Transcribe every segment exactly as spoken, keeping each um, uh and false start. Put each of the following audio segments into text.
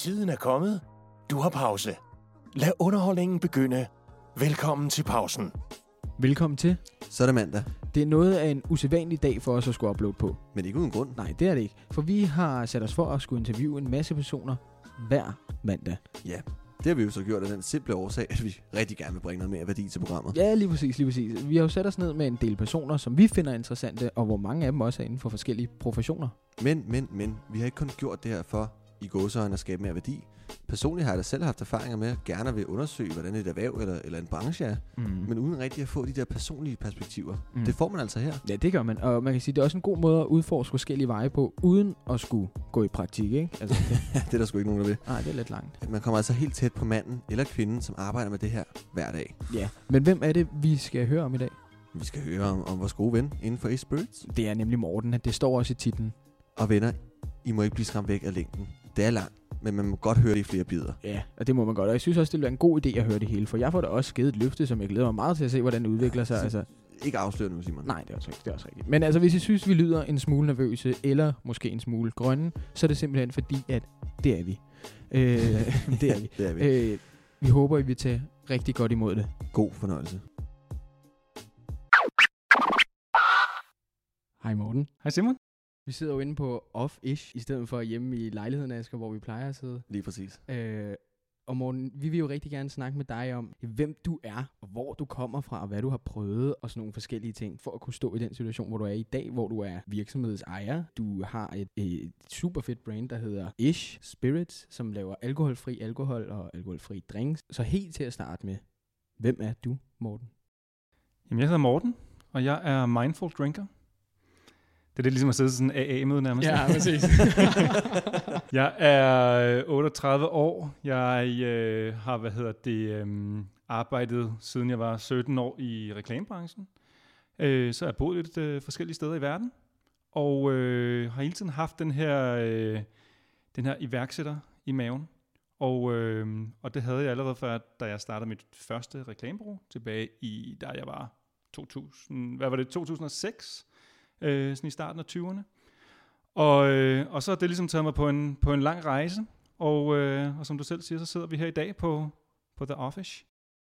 Tiden er kommet. Du har pause. Lad underholdningen begynde. Velkommen til pausen. Velkommen til. Så er det mandag. Det er noget af en usædvanlig dag for os at skulle uploade på. Men ikke uden grund. Nej, det er det ikke. For vi har sat os for at skulle interviewe en masse personer hver mandag. Ja, det har vi jo så gjort af den simple årsag, at vi rigtig gerne vil bringe noget mere værdi til programmet. Ja, lige præcis, lige præcis. Vi har jo sat os ned med en del personer, som vi finder interessante, og hvor mange af dem også er inden for forskellige professioner. Men, men, men, vi har ikke kun gjort det her for i gåseøjne at skabe mere værdi. Personligt har jeg da selv haft erfaringer med, at gerne vil undersøge, hvordan et erhverv eller, eller en branche er, mm. men uden rigtig at få de der personlige perspektiver. Mm. Det får man altså her. Ja, det gør man, og man kan sige, det er også en god måde at udforske forskellige veje på, uden at skulle gå i praktik, ikke? Altså, det... det er der sgu ikke nogen, der vil. Nej, det er lidt langt. Man kommer altså helt tæt på manden eller kvinden, som arbejder med det her hver dag. Ja, men hvem er det, vi skal høre om i dag? Vi skal høre om, om vores gode ven inden for Ace-Spirits. Det er nemlig Morten, det står også i titlen. Og venner, I må ikke blive skræmt væk af længden. Det er langt, men man må godt høre det i flere bidder. Ja, og det må man godt. Og jeg synes også, det vil være en god idé at høre det hele, for jeg får da også givet et løfte, som jeg glæder mig meget til at se, hvordan det udvikler sig. Altså, ikke afsløre nu, Simon. Nej, det er også rigtigt. Det er også rigtigt. Men altså, hvis I synes, vi lyder en smule nervøse, eller måske en smule grønne, så er det simpelthen fordi, at det er vi. Øh, det er vi. det er vi. Øh, vi håber, I vil tage rigtig godt imod det. God fornøjelse. Hej Morten. Hej Simon. Vi sidder jo inde på off-ish, i stedet for hjemme i lejligheden, Asger, hvor vi plejer at sidde. Lige præcis. Øh, og Morten, vi vil jo rigtig gerne snakke med dig om, hvem du er, og hvor du kommer fra, og hvad du har prøvet, og sådan nogle forskellige ting, for at kunne stå i den situation, hvor du er i dag, hvor du er virksomhedsejer. Du har et, et super fedt brand, der hedder Ish Spirits, som laver alkoholfri alkohol og alkoholfri drinks. Så helt til at starte med, hvem er du, Morten? Jamen, jeg hedder Morten, og jeg er mindful drinker. Det er det ligesom at sidde sådan en A A-møde nærmest. Ja, præcis. Jeg er otteogtredive år. Jeg øh, har, hvad hedder det, øh, arbejdet siden jeg var sytten år i reklamebranchen. Øh, så jeg har boet lidt øh, forskellige steder i verden. Og øh, har hele tiden haft den her, øh, den her iværksætter i maven. Og, øh, og det havde jeg allerede før, da jeg startede mit første reklamebureau tilbage i, da jeg var to tusind, hvad var det, to tusind og seks? Øh, sådan i starten af tyverne. Og, øh, og så har det ligesom taget mig på en, på en lang rejse. Og, øh, og som du selv siger, så sidder vi her i dag på, på The Office.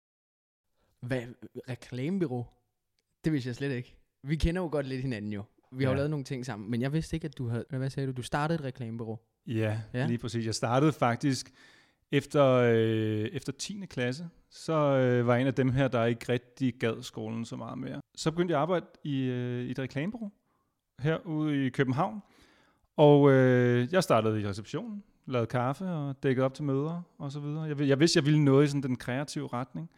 Hvad? Reklamebureau? Det vidste jeg slet ikke. Vi kender jo godt lidt hinanden jo. Vi har ja. jo lavet nogle ting sammen. Men jeg vidste ikke, at du havde... Hvad sagde du? Du startede et reklamebureau. Ja, ja, lige præcis. Jeg startede faktisk efter, øh, efter tiende klasse. Så øh, var jeg en af dem her, der ikke rigtig gad skolen så meget mere. Så begyndte jeg at arbejde i, øh, i et reklamebureau herude i København. Og øh, jeg startede i receptionen, lavede kaffe og dækkede op til møder og så videre. Jeg, jeg vidste, jeg ville noget i sådan den kreative retning.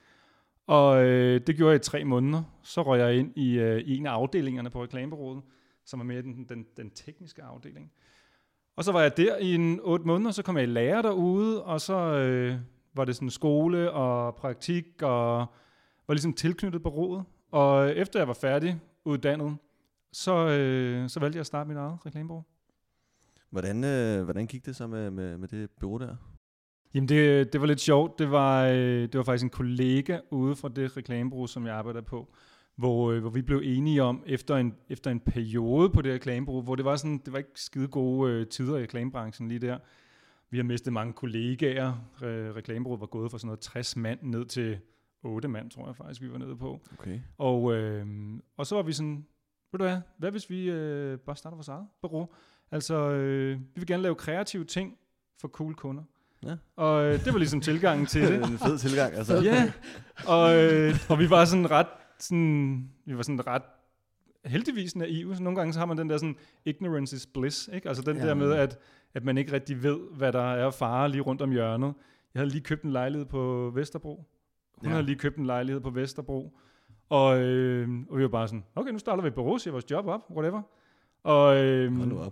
Og øh, det gjorde jeg i tre måneder. Så røg jeg ind i, øh, i en af afdelingerne på reklamebureauet, som er mere den, den, den tekniske afdeling. Og så var jeg der i en otte måneder, så kom jeg i lære derude, og så øh, var det sådan skole og praktik, og var ligesom tilknyttet bureauet. Og efter jeg var færdig uddannet, så, øh, så valgte jeg at starte mit eget reklamebureau. Hvordan, øh, hvordan gik det så med, med, med det bureau der? Jamen det, det var lidt sjovt. Det var, øh, det var faktisk en kollega ude fra det reklamebureau, som jeg arbejder på, hvor, øh, hvor vi blev enige om, efter en, efter en periode på det reklamebureau, hvor det var, sådan, det var ikke skide gode øh, tider i reklamebranchen lige der. Vi har mistet mange kollegaer. Re- reklamebureauet var gået fra sådan noget tres mand ned til otte mand, tror jeg faktisk, vi var nede på. Okay. Og, øh, og så var vi sådan, ved du hvad, hvad hvis vi øh, bare starter vores eget bureau? Altså, øh, vi vil gerne lave kreative ting for cool kunder. Ja. Og øh, det var ligesom tilgangen til det. En fed tilgang, altså. Ja, og, øh, og vi var sådan ret, sådan, vi var sådan ret heldigvis naive. Så nogle gange så har man den der sådan, ignorance is bliss, ikke? Altså den ja. der med, at, at man ikke rigtig ved, hvad der er fare lige rundt om hjørnet. Jeg havde lige købt en lejlighed på Vesterbro. Hun ja. havde lige købt en lejlighed på Vesterbro. Og, øh, og vi var bare sådan, okay, nu starter vi et bureau, siger vores job op, whatever. Og, øhm, Hold nu op.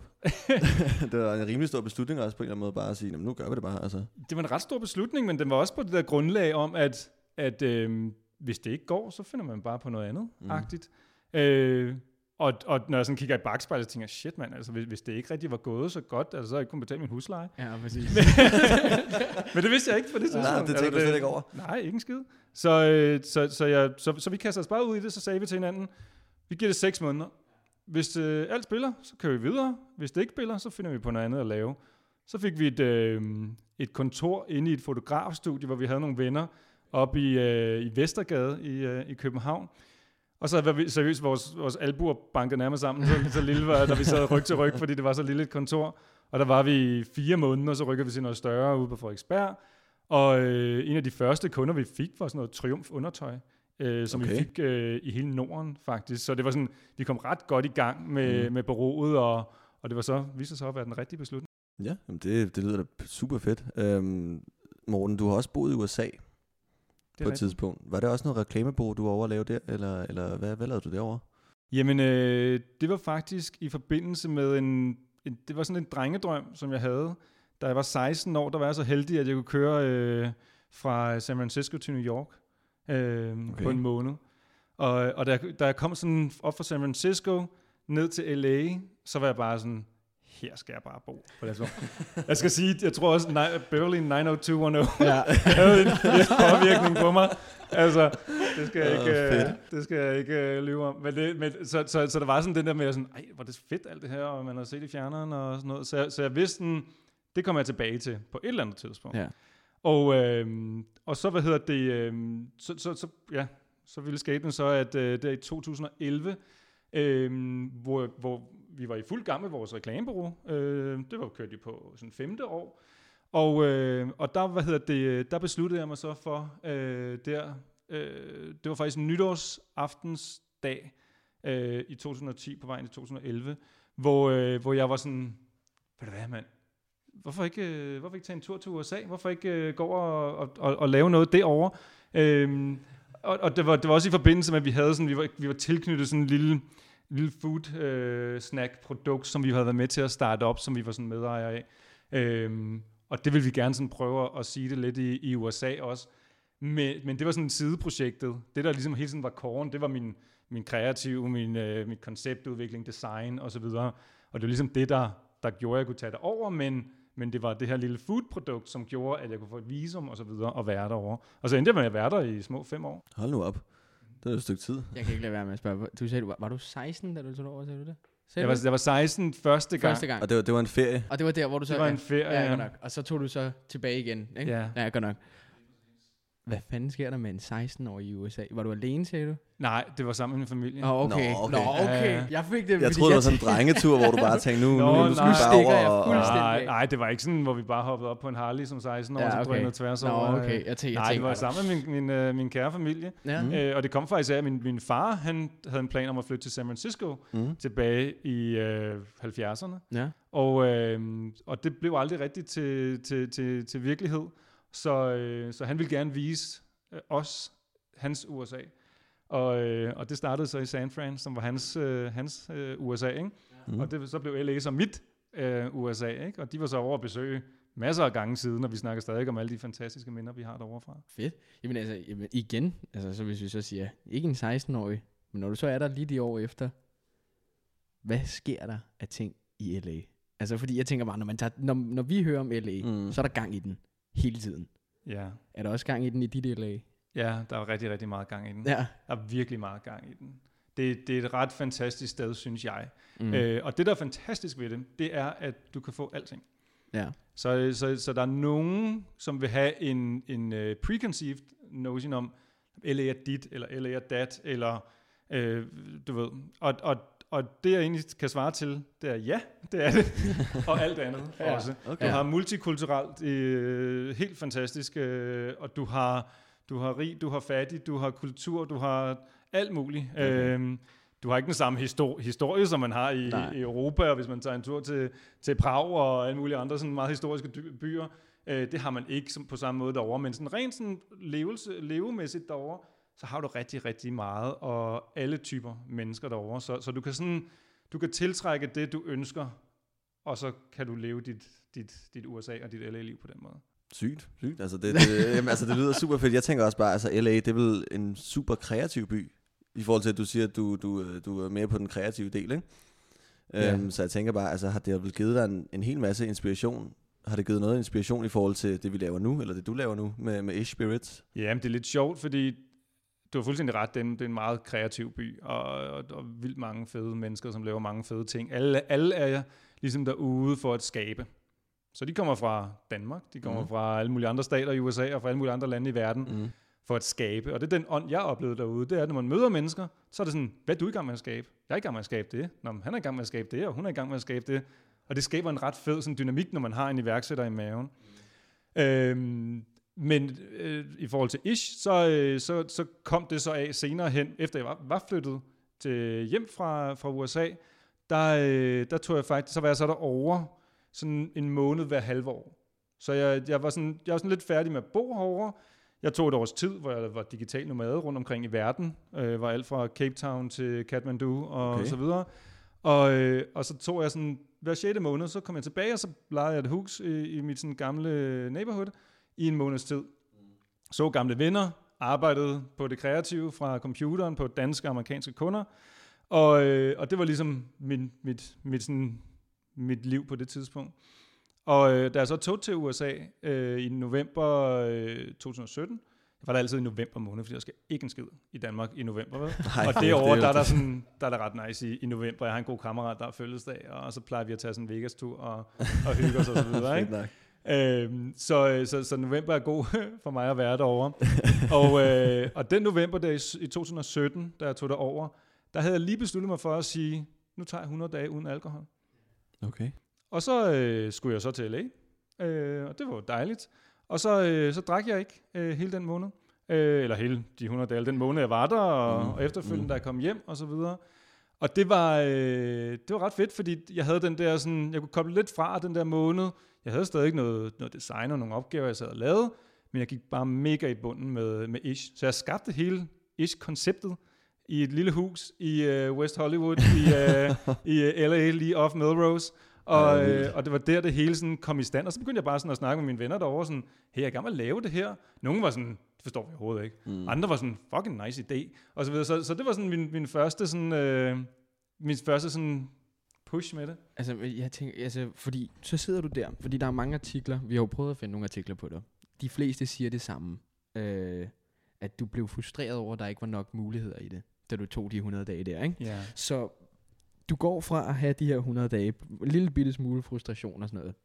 Det var en rimelig stor beslutning også på en eller anden måde, bare at sige, nu gør vi det bare. Altså. Det var en ret stor beslutning, men den var også på det der grundlag om, at, at øhm, hvis det ikke går, så finder man bare på noget andet, mm. agtigt. Øh, og, og når jeg sådan kigger i bagspejlet, så tænker jeg, shit mand, altså, hvis, hvis det ikke rigtig var gået så godt, altså, så havde jeg ikke kunnet betale min husleje. Ja, præcis. Men det vidste jeg ikke på det tidspunkt. Nej, det tænkte du slet ikke over. Nej, ikke en skid. Så, øh, så, så, jeg, så, så vi kaster os bare ud i det, så sagde vi til hinanden, vi giver det seks måneder. Hvis øh, alt spiller, så kører vi videre. Hvis det ikke spiller, så finder vi på noget andet at lave. Så fik vi et, øh, et kontor inde i et fotografstudie, hvor vi havde nogle venner oppe i, øh, i Vestergade i, øh, i København. Og så var vi seriøst, vores, vores albuer bankede nærmest sammen, så, så lille var, da vi sad ryg til ryg, fordi det var så lille et kontor. Og der var vi i fire måneder, og så rykkede vi til noget større ude på Frederiksberg. Og øh, en af de første kunder, vi fik, var sådan noget Triumf undertøj, øh, som okay. vi fik øh, i hele Norden faktisk. Så det var sådan, vi kom ret godt i gang med, mm. med bureauet, og, og det var så, viste sig at være den rigtige beslutning. Ja, det, det lyder da super fedt. Øhm, Morten, du har også boet i U S A på et rigtigt. tidspunkt. Var det også noget reklamebureau, du var over at lave der, eller, eller hvad, hvad lavede du derovre? Jamen, øh, det var faktisk i forbindelse med en, en, det var sådan en drengedrøm, som jeg havde. Da jeg var seksten år, der var jeg så heldig, at jeg kunne køre øh, fra San Francisco til New York øh, okay. på en måned. Og, og da, jeg, da jeg kom sådan op fra San Francisco ned til L A, så var jeg bare sådan, her skal jeg bare bo. Jeg skal sige, jeg tror også, Beverly nine oh two one oh ja. havde en vis påvirkning på mig. Altså, det skal jeg ikke, uh, det skal jeg ikke uh, lyve om. Men det, men, så, så, så der var sådan den der med, sådan, ej, hvor det fedt alt det her, og man har set i fjerneren og sådan noget. Så, så jeg vidste, sådan, det kommer jeg tilbage til på et eller andet tidspunkt. Ja. Og, øh, og så, hvad hedder det, øh, så, så, så, ja, så ville skæbnen så, at øh, der i to tusind og elleve, øh, hvor, hvor vi var i fuld gang med vores reklamebureau. Øh, det var kørt på sådan femte år. Og, øh, og der, hvad hedder det, der besluttede jeg mig så for, øh, der, øh, det var faktisk nytårsaftensdag øh, i to tusind og ti på vejen i to tusind og elleve, hvor, øh, hvor jeg var sådan, ved du hvad, mand, hvorfor ikke, øh, hvorfor ikke tage en tur til U S A? Hvorfor ikke øh, gå over og, og, og lave noget derovre? Øh, og og det, var, det var også i forbindelse med, at vi havde sådan, vi var, vi var tilknyttet sådan en lille, lille food øh, snack produkt, som vi havde været med til at starte op, som vi var sådan medejer af. Øh, og det ville vi gerne sådan prøve at sige det lidt i, i U S A også. Men, men det var sådan en sideprojektet. Det der ligesom hele tiden var koren, det var min, min kreative, min, øh, min konceptudvikling, design osv. Og det var ligesom det, der, der gjorde, at jeg kunne tage det over, men, men det var det her lille foodprodukt, som gjorde, at jeg kunne få et visum og så videre og være derovre. Og så endte jeg med at være der i små fem år. Hold nu op. Det er et stykke tid. Jeg kan ikke lade være med at spørge. Du sagde, du var, var du seksten, da du tog over, sagde du det? Jeg var, jeg var seksten første gang. Første gang. Og det var, det var en ferie. Og det var der, hvor du så... Det var en ferie, ja. ja. Nok. Og så tog du så tilbage igen, ikke? Ja. Ja, godt nok. Hvad fanden sker der med en seksten-årig i U S A? Var du alene, sagde du? Nej, det var sammen med min familie. Åh, oh, okay. Nå, okay. Nå, okay. Jeg fik det, jeg troede, det var sådan en drengetur, hvor du bare tænkte, nu, Nå, nu, nu skal vi bare over. Og, nej, nej, det var ikke sådan, hvor vi bare hoppede op på en Harley som seksten år, ja, okay. og så drønede tværs over. Nå, okay. Jeg tænker, nej, det var sammen med min, min, min kære familie. Ja. Mm. Øh, og det kom faktisk af, at min, min far, han havde en plan om at flytte til San Francisco mm. tilbage i øh, halvfjerdserne. Ja. Og, øh, og det blev aldrig rigtigt til, til, til, til virkelighed. Så, øh, så han ville gerne vise øh, os, hans U S A. Og, øh, og det startede så i San Fran, som var hans, øh, hans øh, U S A, ikke? Mm. Og det, så blev L A så mit øh, U S A, ikke? Og de var så over at besøge masser af gange siden, og vi snakker stadig om alle de fantastiske minder, vi har derovre fra. Fedt. Jamen altså, jamen, igen, altså, så hvis vi så siger, ikke en seksten-årig, men når du så er der lige de år efter, hvad sker der af ting i L A? Altså, fordi jeg tænker bare, når, man tager, når, når vi hører om L A, mm. så er der gang i den hele tiden. Ja. Er der også gang i den i dit L A? Ja, der er rigtig, rigtig meget gang i den. Ja. Der er virkelig meget gang i den. Det, det er et ret fantastisk sted, synes jeg. Mm. Øh, og det, der er fantastisk ved det, det er, at du kan få alting. Ja. Så, så, så der er nogen, som vil have en, en uh, preconceived notion om, L A er dit, eller L A er dat, eller øh, du ved. Og, og, og det, jeg egentlig kan svare til, det er ja, det er det. Og alt andet ja, også. Okay. Du har multikulturelt, øh, helt fantastisk, øh, og du har... Du har rig, du har fattig, du har kultur, du har alt muligt. Okay. Øhm, du har ikke den samme histor- historie, som man har i, i Europa, og hvis man tager en tur til, til Prag og alle mulige andre sådan meget historiske dy- byer. Øh, det har man ikke som, på samme måde derovre, men sådan rent sådan levelse, levemæssigt derovre, så har du rigtig, rigtig meget, og alle typer mennesker derovre. Så, så du kan sådan, du kan tiltrække det, du ønsker, og så kan du leve dit, dit, dit U S A og dit L A-liv på den måde. Sygt, sygt. Altså det, det, jamen, altså det lyder super fedt. Jeg tænker også bare, altså L A, det er vel en super kreativ by, i forhold til, at du siger, at du, du, du er mere på den kreative del, ikke? Ja. Um, så jeg tænker bare, altså har det vel givet dig en, en hel masse inspiration? Har det givet noget inspiration i forhold til det, vi laver nu, eller det, du laver nu med, med Ish Spirits? Ja, men det er lidt sjovt, fordi du har fuldstændig ret, det er en, det er en meget kreativ by, og, og, og vildt mange fede mennesker, som laver mange fede ting. Alle, alle er ligesom derude for at skabe. Så de kommer fra Danmark, de kommer Mm. fra alle mulige andre stater i U S A og fra alle mulige andre lande i verden Mm. for at skabe. Og det er den ånd, jeg oplevede derude. Det er, at når man møder mennesker, så er det sådan, hvad er du i gang med at skabe? Jeg er i gang med at skabe det. Nå, men han er i gang med at skabe det, og hun er i gang med at skabe det. Og det skaber en ret fed sådan, dynamik, når man har en iværksætter i maven. Mm. Øhm, men øh, i forhold til Ish, så, øh, så, så kom det så af senere hen, efter jeg var, var flyttet til hjem fra, fra U S A, der, øh, der tog jeg faktisk, så var jeg så derovre sådan en måned hver halve år. Så jeg, jeg, var sådan, jeg var sådan lidt færdig med at bo herovre. Jeg tog et års tid, hvor jeg var digital nomade rundt omkring i verden. Øh, var alt fra Cape Town til Kathmandu og, Okay. og så videre. Og, øh, og så tog jeg sådan, hver sjette måned, så kom jeg tilbage, og så lejede jeg et hus i, i mit sådan gamle neighborhood i en måneds tid. Så gamle venner, arbejdede på det kreative fra computeren på danske og amerikanske kunder. Og, øh, og det var ligesom min, mit, mit, sådan, mit liv på det tidspunkt. Og øh, da jeg så tog til U S A øh, i november øh, to tusind og sytten, jeg var der altid i november måned, fordi der skal ikke en skid i Danmark i november, vel? Nej, Og derovre, det der er der, sådan, der er der ret nice i, i november. Jeg har en god kammerat, der har fødselsdag, og så plejer vi at tage sådan en Vegas-tur og, og hygge os og så videre, ikke? Øhm, så, så, så november er god for mig at være derovre. og, øh, og den november der i, i to tusind og sytten, da jeg tog derover, der havde jeg lige besluttet mig for at sige, nu tager jeg hundrede dage uden alkohol. Okay. Og så øh, skulle jeg så til L A, øh, og det var jo dejligt. Og så, øh, så drak jeg ikke øh, hele den måned, øh, eller hele de hundrede dage, den måned jeg var der, og, Mm. og efterfølgende, Mm. da jeg kom hjem, og så videre. Og det var, øh, det var ret fedt, fordi jeg havde den der sådan, jeg kunne koble lidt fra den der måned. Jeg havde stadig ikke noget, noget design og nogle opgaver, jeg sad og lavede, men jeg gik bare mega i bunden med, med Ish. Så jeg skabte hele Ish-konceptet i et lille hus i øh, West Hollywood, i, øh, i øh, L A, lige off Melrose. Og, Ej, øh, vildt. og det var der, det hele sådan kom i stand. Og så begyndte jeg bare sådan at snakke med mine venner derovre, sådan, hey, jeg er i gang med at lave det her. Nogle var sådan, det forstår vi overhovedet ikke. Mm. Andre var sådan, fucking nice idé. Og så videre. Så, så det var sådan min, min første sådan, øh, min første sådan push med det. Altså, jeg tænker, altså, fordi så sidder du der, fordi der er mange artikler, vi har jo prøvet at finde nogle artikler på dig. De fleste siger det samme, øh, at du blev frustreret over, at der ikke var nok muligheder i det, da du tog de hundrede dage der, ikke? Ja. Så du går fra at have de her hundrede dage, en lille bitte smule frustration og sådan noget.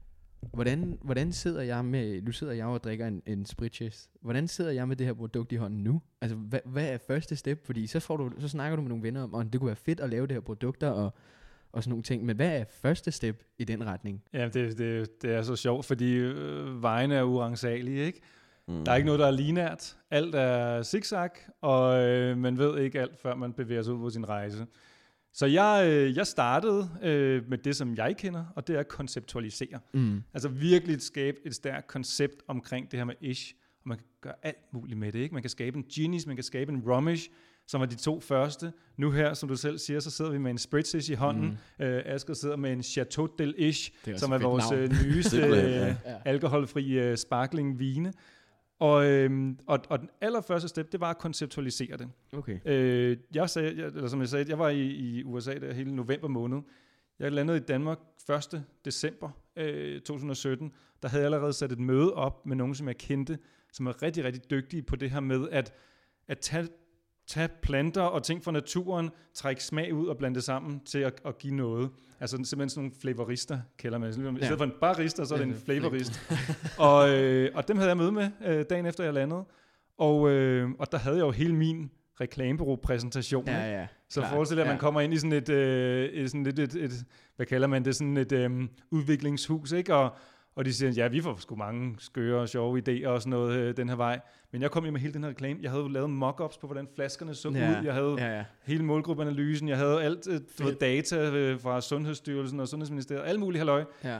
Hvordan, hvordan sidder jeg med, nu sidder jeg og drikker en, en spritchest, hvordan sidder jeg med det her produkt i hånden nu? Altså, hvad, hvad er første step? Fordi så, får du, så snakker du med nogle venner om, at det kunne være fedt at lave det her produkter og, og sådan nogle ting, men hvad er første step i den retning? Ja, det, det, det er så sjovt, fordi øh, vejene er uransagelige, ikke? Mm. Der er ikke noget, der er lineært. Alt er zigzag, og øh, man ved ikke alt, før man bevæger sig ud på sin rejse. Så jeg, øh, jeg startede øh, med det, som jeg kender, og det er at konceptualisere. Mm. Altså virkelig skabe et stærkt koncept omkring det her med Ish, og man kan gøre alt muligt med det, ikke? Man kan skabe en Genius, man kan skabe en Rumish, som er de to første. Nu her, som du selv siger, så sidder vi med en Spritzes i hånden. Mm. Øh, Asger sidder med en Chateau del Ish, som er vores øh, nyeste Simpelthen, øh, ja. alkoholfri øh, sparkling vine. Og, øhm, og, og den allerførste step, det var at konceptualisere det. Okay. Øh, jeg sagde, jeg, eller som jeg sagde, jeg var i, i U S A der hele november måned. Jeg landede i Danmark første december øh, to tusind og sytten. Der havde jeg allerede sat et møde op med nogen, som jeg kendte, som er rigtig, rigtig dygtige på det her med at, at tage, tage planter og ting fra naturen, trække smag ud og blande det sammen til at, at give noget. Altså simpelthen sådan nogle flavorister, kalder man det. I Ja. stedet for en barista, så er det Ja, en flavorist. og, øh, og dem havde jeg møde med øh, dagen efter jeg landede. Og, øh, og der havde jeg jo hele min reklamebureau-præsentation. ikke? Ja, ja. Så Klart. forestil dig, at man Ja. kommer ind i sådan et, øh, et, sådan et, et, et, hvad kalder man det, sådan et øh, udviklingshus, ikke? Og, og de siger, ja, vi får sgu mange skøre og sjove idéer og sådan noget øh, den her vej. Men jeg kom ind med hele den her reklame. Jeg havde jo lavet mock-ups på, hvordan flaskerne så Ja. ud. Jeg havde Ja, ja. hele målgruppeanalysen. Jeg havde alt øh, du ved, data øh, fra Sundhedsstyrelsen og Sundhedsministeriet. Alle mulige halløj. Ja.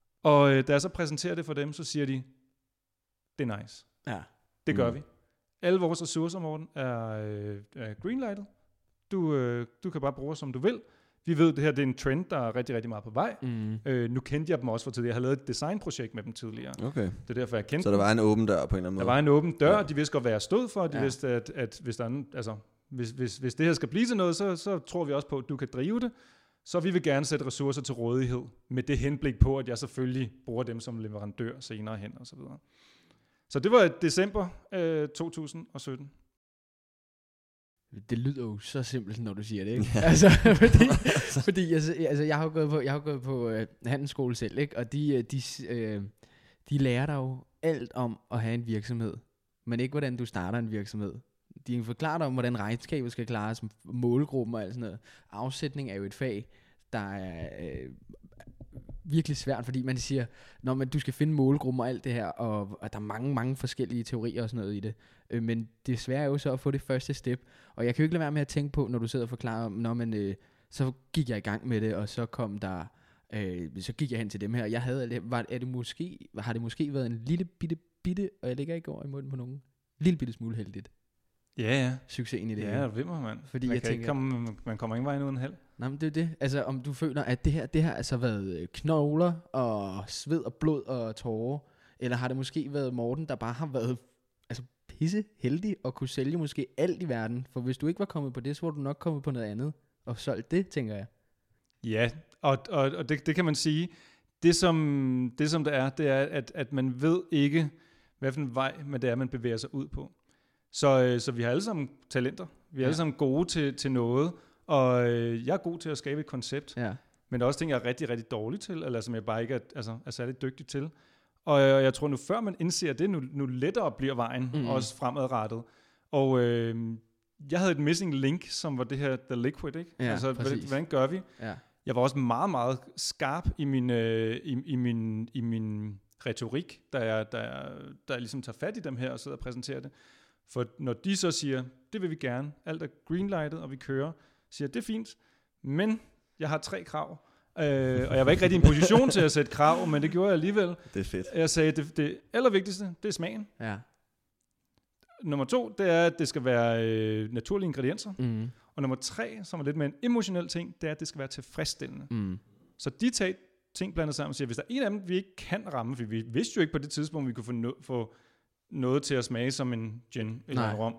Og øh, da jeg så præsenterer det for dem, så siger de, det er nice. Ja. Det gør Mm. vi. Alle vores ressourcer, Morten, er, øh, er greenlightet. Du, øh, du kan bare bruge os, som du vil. Vi ved, at det her det er en trend, der er rigtig, rigtig meget på vej. Mm. Øh, nu kendte jeg dem også for tidligere. Jeg har lavet et designprojekt med dem tidligere. Okay. Det er derfor, jeg kendte Så der dem. var en åben dør på en eller anden Der måde? var en åben dør. Ja. De vidste godt, hvad jeg stod for. De Ja. vidste, at, at hvis, der er, en- altså, hvis, hvis, hvis det her skal blive til noget, så, så tror vi også på, at du kan drive det. Så vi vil gerne sætte ressourcer til rådighed med det henblik på, at jeg selvfølgelig bruger dem som leverandør senere hen og så videre. Så det var december øh, to tusind og sytten. Det lyder jo så simpelt, når du siger det, ikke? altså, fordi, fordi altså, altså, jeg har jo gået på, jeg har gået på uh, handelsskole selv, ikke? Og de, de, uh, de lærer dig jo alt om at have en virksomhed, men ikke hvordan du starter en virksomhed. De forklarer dig om, hvordan regnskabet skal klares, målgruppen og alt sådan noget. Afsætning er jo et fag, der er øh, virkelig svært, fordi man siger, når man, du skal finde målgruppen og alt det her, og, og der er mange, mange forskellige teorier og sådan noget i det. Øh, men det svære er jo så at få det første step. Og jeg kan jo ikke lade være med at tænke på, når du sidder og forklarer om, når man, øh, så gik jeg i gang med det, og så kom der, øh, så gik jeg hen til dem her. Jeg havde, var, er det måske, har det måske været en lille bitte bitte, og jeg ligger ikke over i munden på nogen, lille bitte smule heldigt. Ja, ja. Succesen i det ja, her. Ja, det vimmer man. Fordi man, jeg kan tænker, ikke komme, man kommer ingen vej uden held. Nej, men det er det. Altså, om du føler, at det her, det har altså været knogler og sved og blod og tårer, eller har det måske været Morten, der bare har været altså, pisse heldig og kunne sælge måske alt i verden? For hvis du ikke var kommet på det, så var du nok kommet på noget andet og solgt det, tænker jeg. Ja, og, og, og det, det kan man sige. Det som det, som det er, det er, at, at man ved ikke, hvad for en vej men det er, man bevæger sig ud på. Så, så vi har alle sammen talenter. Vi er ja. alle sammen gode til, til noget. Og øh, jeg er god til at skabe et koncept. Ja. Men der er også ting, jeg er rigtig, rigtig dårlig til, eller som jeg bare ikke er, altså, er særlig dygtig til. Og øh, jeg tror nu, før man indser det, nu, nu lettere bliver vejen, mm. også fremadrettet. Og øh, jeg havde et missing link, som var det her The Liquid, ikke? Ja, altså, hvordan, hvordan gør vi? Ja. Jeg var også meget, meget skarp i min, øh, i, i min, i min retorik, da jeg, da, jeg, da jeg ligesom tager fat i dem her og sidder og præsenterer det. For når de så siger, det vil vi gerne, alt er greenlightet, og vi kører, siger, det er fint, men jeg har tre krav. Øh, og jeg var ikke rigtig i en position til at sætte krav, men det gjorde jeg alligevel. Det er fedt. Jeg sagde, det, det allervigtigste, det er smagen. Ja. Nummer to, det er, at det skal være øh, naturlige ingredienser. Mm. Og nummer tre, som er lidt mere en emotionel ting, det er, at det skal være tilfredsstillende. Mm. Så de tager ting blandet sammen og siger, hvis der er en af dem, vi ikke kan ramme, for vi vidste jo ikke på det tidspunkt, vi kunne få, no- få noget til at smage som en gin eller en rom.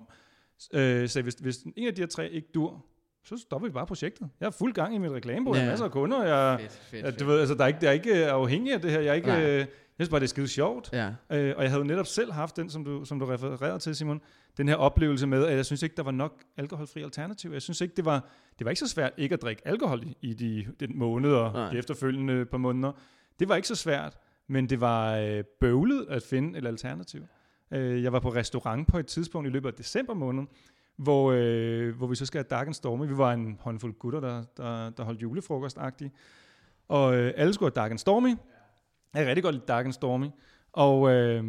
Øh, så hvis, hvis en af de her tre ikke dur, så stopper vi bare projektet. Jeg er fuld gang i mit reklamebureau, ja. Jeg har masser af kunder, jeg, fedt, fedt, fedt. Du ved, altså, der er ikke, der er ikke afhængig af det her. Jeg er ikke, øh, jeg synes bare, det er skide sjovt. Ja. Øh, og jeg havde jo netop selv haft den, som du, som du refererede til, Simon, den her oplevelse med, at jeg synes ikke, der var nok alkoholfri alternativ. Jeg synes ikke, det var, det var ikke så svært ikke at drikke alkohol i, i de, den måned og de efterfølgende par måneder. Det var ikke så svært, men det var øh, bøvlet at finde et alternativ. Øh, jeg var på restaurant på et tidspunkt i løbet af december måned, hvor, øh, hvor vi så skal have Dark and Stormy. Vi var en håndfuld gutter, der, der, der holdt julefrokost-agtigt. Og øh, alle skulle have Dark and Stormy. Jeg kan rigtig godt lide Dark and Stormy. Og øh,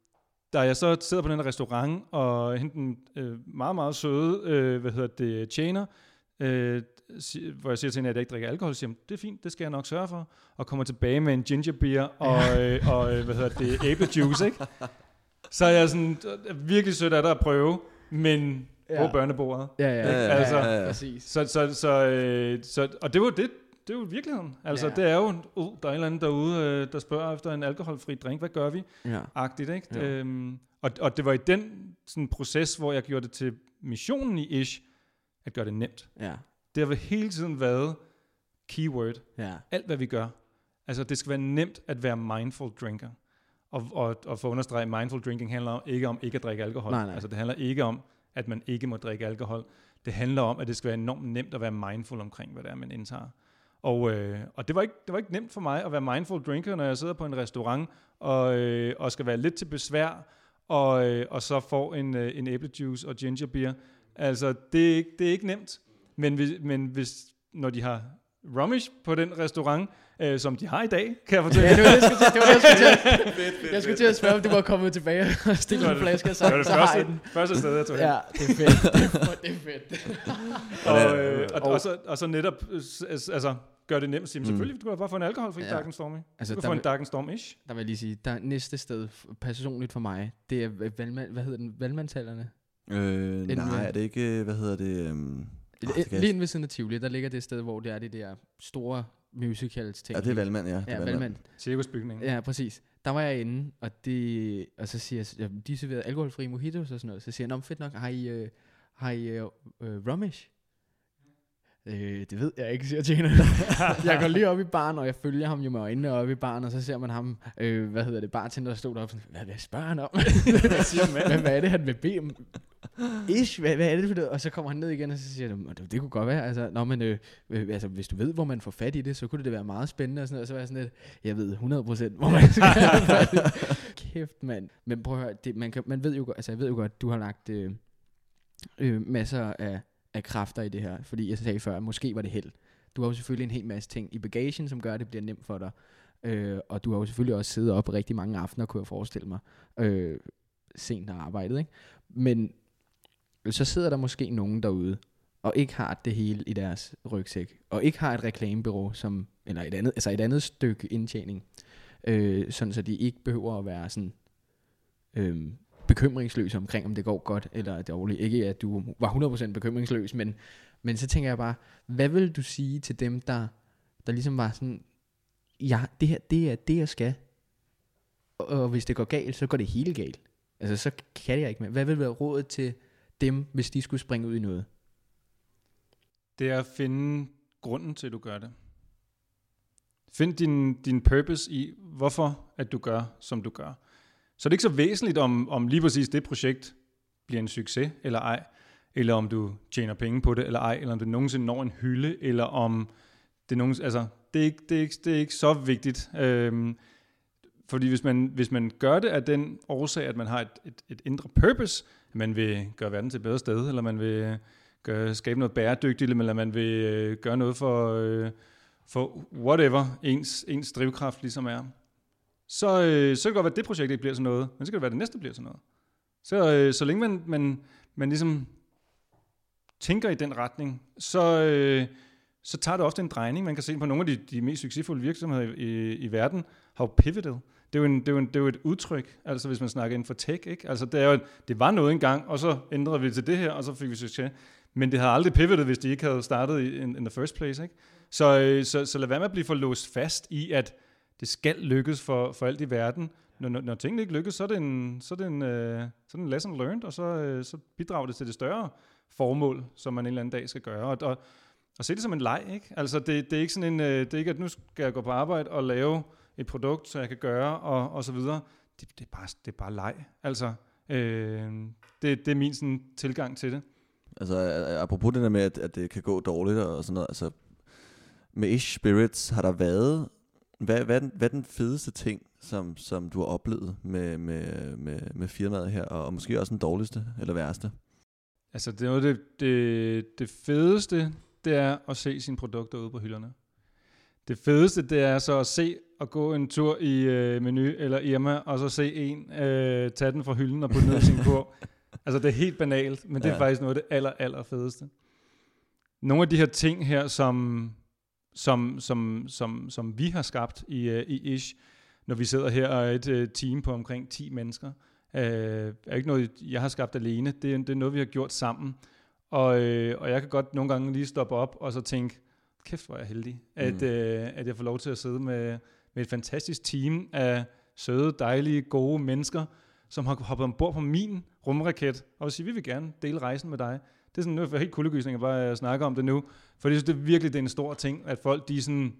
da jeg så sidder på den restaurant, og hente en øh, meget, meget søde, øh, hvad hedder det, tjener, øh, si- hvor jeg siger til hende, at jeg ikke drikker alkohol, siger det er fint, det skal jeg nok sørge for. Og kommer tilbage med en ginger beer og, øh, og øh, hvad hedder det, æblejuice, ikke? Så er jeg sådan, virkelig sødt af dig at prøve, men ja. På børnebordet. Ja, ja, ja, altså, ja, ja, ja. Præcis. Så, så, så, øh, så, og det var det, det er jo virkeligheden. Altså, ja. Det er jo, uh, der er en eller anden derude, øh, der spørger efter en alkoholfri drink, hvad gør vi? Ja. Agtigt, ikke? Ja. Øhm, og, og det var i den sådan, proces, hvor jeg gjorde det til missionen i Ish, at gøre det nemt. Ja. Det har hele tiden været keyword. Ja. Alt, hvad vi gør. Altså, det skal være nemt at være mindful drinker. Og, og, og for at understrege, mindful drinking handler ikke om ikke at drikke alkohol. Nej, nej. Altså, det handler ikke om, at man ikke må drikke alkohol. Det handler om, at det skal være enormt nemt at være mindful omkring, hvad det er, man indtager. Og, øh, og det, var ikke, det var ikke nemt for mig at være mindful drinker, når jeg sidder på en restaurant og, øh, og skal være lidt til besvær, og, øh, og så får en, øh, en æblejuice og ginger beer. Altså, det er ikke, det er ikke nemt. Men, hvis, men hvis, når de har rummish på den restaurant, øh, som de har i dag, kan jeg fortælle. Ja, det var det, jeg skulle til, det var, jeg skulle til, jeg skulle til at spørge, om du var kommet tilbage og stille en flaske og sagt, det var det så første, har den. første sted, jeg tog hen. Ja, det er fedt. Det er fedt. og, øh, og, og, og, så, og så netop altså, gør det nemt at sige, mm. selvfølgelig, du kan bare få en alkoholfri ja. Dark and Stormy. Altså, du kan få en Dark and Storm-ish. Der vil jeg lige sige, der næste sted, personligt for mig, det er, valgmand, hvad hedder den, valgmandtallerne? Øh, nej, er det ikke, hvad hedder det... Um Lige inden ved siden af Tivoli, der ligger det sted, hvor det er de der store musicals ting. Ja, det er Valmand, ja. Ja, Valmand. Cirkusbygningen. Ja, præcis. Der var jeg inde, og, det, og så siger jeg, de serverede alkoholfri mojitos og sådan noget. Så siger jeg, fedt nok, har I, uh, har I uh, uh, rummish? Øh, det ved jeg ikke, siger tjeneren. Jeg går lige op i baren, og jeg følger ham jo med øjnene op i baren, og så ser man ham, øh, hvad hedder det, bartender, der stod deroppe, hvad, hvad spørger han om? hvad, hvad er det, han vil bede om? Ish, hvad, hvad er det for det? Og så kommer han ned igen, og så siger han, det, det kunne godt være. Altså, nå, men, øh, øh, altså, hvis du ved, hvor man får fat i det, så kunne det være meget spændende. Og, sådan noget. Og så var jeg sådan lidt, jeg ved hundrede procent, hvor man skal have fat i det. Kæft, mand. Men prøv at høre, det, man, kan, man ved jo godt, altså jeg ved jo godt, du har lagt øh, øh, masser af, af kræfter i det her. Fordi jeg sagde før, at måske var det held. Du har jo selvfølgelig en hel masse ting i bagagen, som gør, at det bliver nemt for dig. Øh, og du har jo selvfølgelig også siddet op rigtig mange aftener, kunne jeg forestille mig. Øh, sent har arbejdet, ikke? Men så sidder der måske nogen derude, og ikke har det hele i deres rygsæk, og ikke har et reklamebureau, som, eller et andet, altså et andet stykke indtjening, øh, sådan så de ikke behøver at være sådan øh, bekymringsløse omkring, om det går godt eller dårligt. Ikke at du var hundrede procent bekymringsløs, men, men så tænker jeg bare, hvad vil du sige til dem, der, der ligesom var sådan, ja, det her, det er det, jeg skal, og, og hvis det går galt, så går det hele galt. Altså, så kan jeg ikke mere. Hvad vil være rådet til dem, hvis de skulle springe ud i noget? Det er at finde grunden til, at du gør det. Find din, din purpose i, hvorfor at du gør, som du gør. Så det er ikke så væsentligt, om, om lige præcis det projekt bliver en succes, eller ej. Eller om du tjener penge på det, eller ej. Eller om det nogensinde når en hylde, eller om det nogensinde... Altså, det er ikke, det er ikke, det er ikke så vigtigt. Øhm, fordi hvis man, hvis man gør det af den årsag, at man har et, et, et indre purpose, at man vil gøre verden til et bedre sted, eller man vil gøre, skabe noget bæredygtigt, eller man vil øh, gøre noget for, øh, for whatever ens, ens drivkraft ligesom er, så, øh, så kan det godt være, at det projekt ikke bliver sådan noget, men så kan det være, at det næste bliver sådan noget. Så, øh, så længe man, man, man ligesom tænker i den retning, så, øh, så tager det ofte en drejning. Man kan se på nogle af de, de mest succesfulde virksomheder i, i verden, har jo pivoted. Det er, jo en, det, er jo en, det er jo et udtryk, altså hvis man snakker inden for tech, ikke? Altså det, er jo, det var noget engang, og så ændrede vi til det her, og så fik vi succes. Men det havde aldrig pivotet, hvis de ikke havde startet in, in the first place, ikke? Så, så, så lad være med at blive for låst fast i, at det skal lykkes for, for alt i verden. Når, når, når tingene ikke lykkes, så er det en, så er det en, uh, så er det en lesson learned, og så, uh, så bidrager det til det større formål, som man en eller anden dag skal gøre. Og, og, og se det som en leg, ikke? Altså det, det er ikke sådan en, uh, det er ikke, at nu skal jeg gå på arbejde og lave et produkt, så jeg kan gøre, og, og så videre. Det, det, er bare, det er bare leg. Altså, øh, det, det er min sådan, tilgang til det. Altså, apropos det der med, at, at det kan gå dårligt og sådan noget, altså, med Ish Spirits har der været, hvad, hvad, er den, hvad er den fedeste ting, som, som du har oplevet med, med, med, med firmaet her, og, og måske også den dårligste eller værste? Altså, det, er det, det, det fedeste, det er at se sine produkter ude på hylderne. Det fedeste, det er så at se og gå en tur i øh, Menu eller Irma, og så se en øh, tage den fra hylden og putte ned i sin kurv. Altså, det er helt banalt, men det er ja. faktisk noget af det aller, aller fedeste. Nogle af de her ting her, som, som, som, som, som vi har skabt i, uh, i Ish, når vi sidder her og er et uh, team på omkring ti mennesker, uh, er ikke noget, jeg har skabt alene. Det er, det er noget, vi har gjort sammen. Og, uh, og jeg kan godt nogle gange lige stoppe op og så tænke, kæft, hvor er jeg heldig, at, mm. uh, at jeg får lov til at sidde med, med et fantastisk team af søde, dejlige, gode mennesker, som har hoppet ombord på min rumraket, og vil sige, vi vil gerne dele rejsen med dig. Det er sådan noget for helt kuldegysning, at bare snakke om det nu, for jeg synes, det er virkelig det er en stor ting, at folk de sådan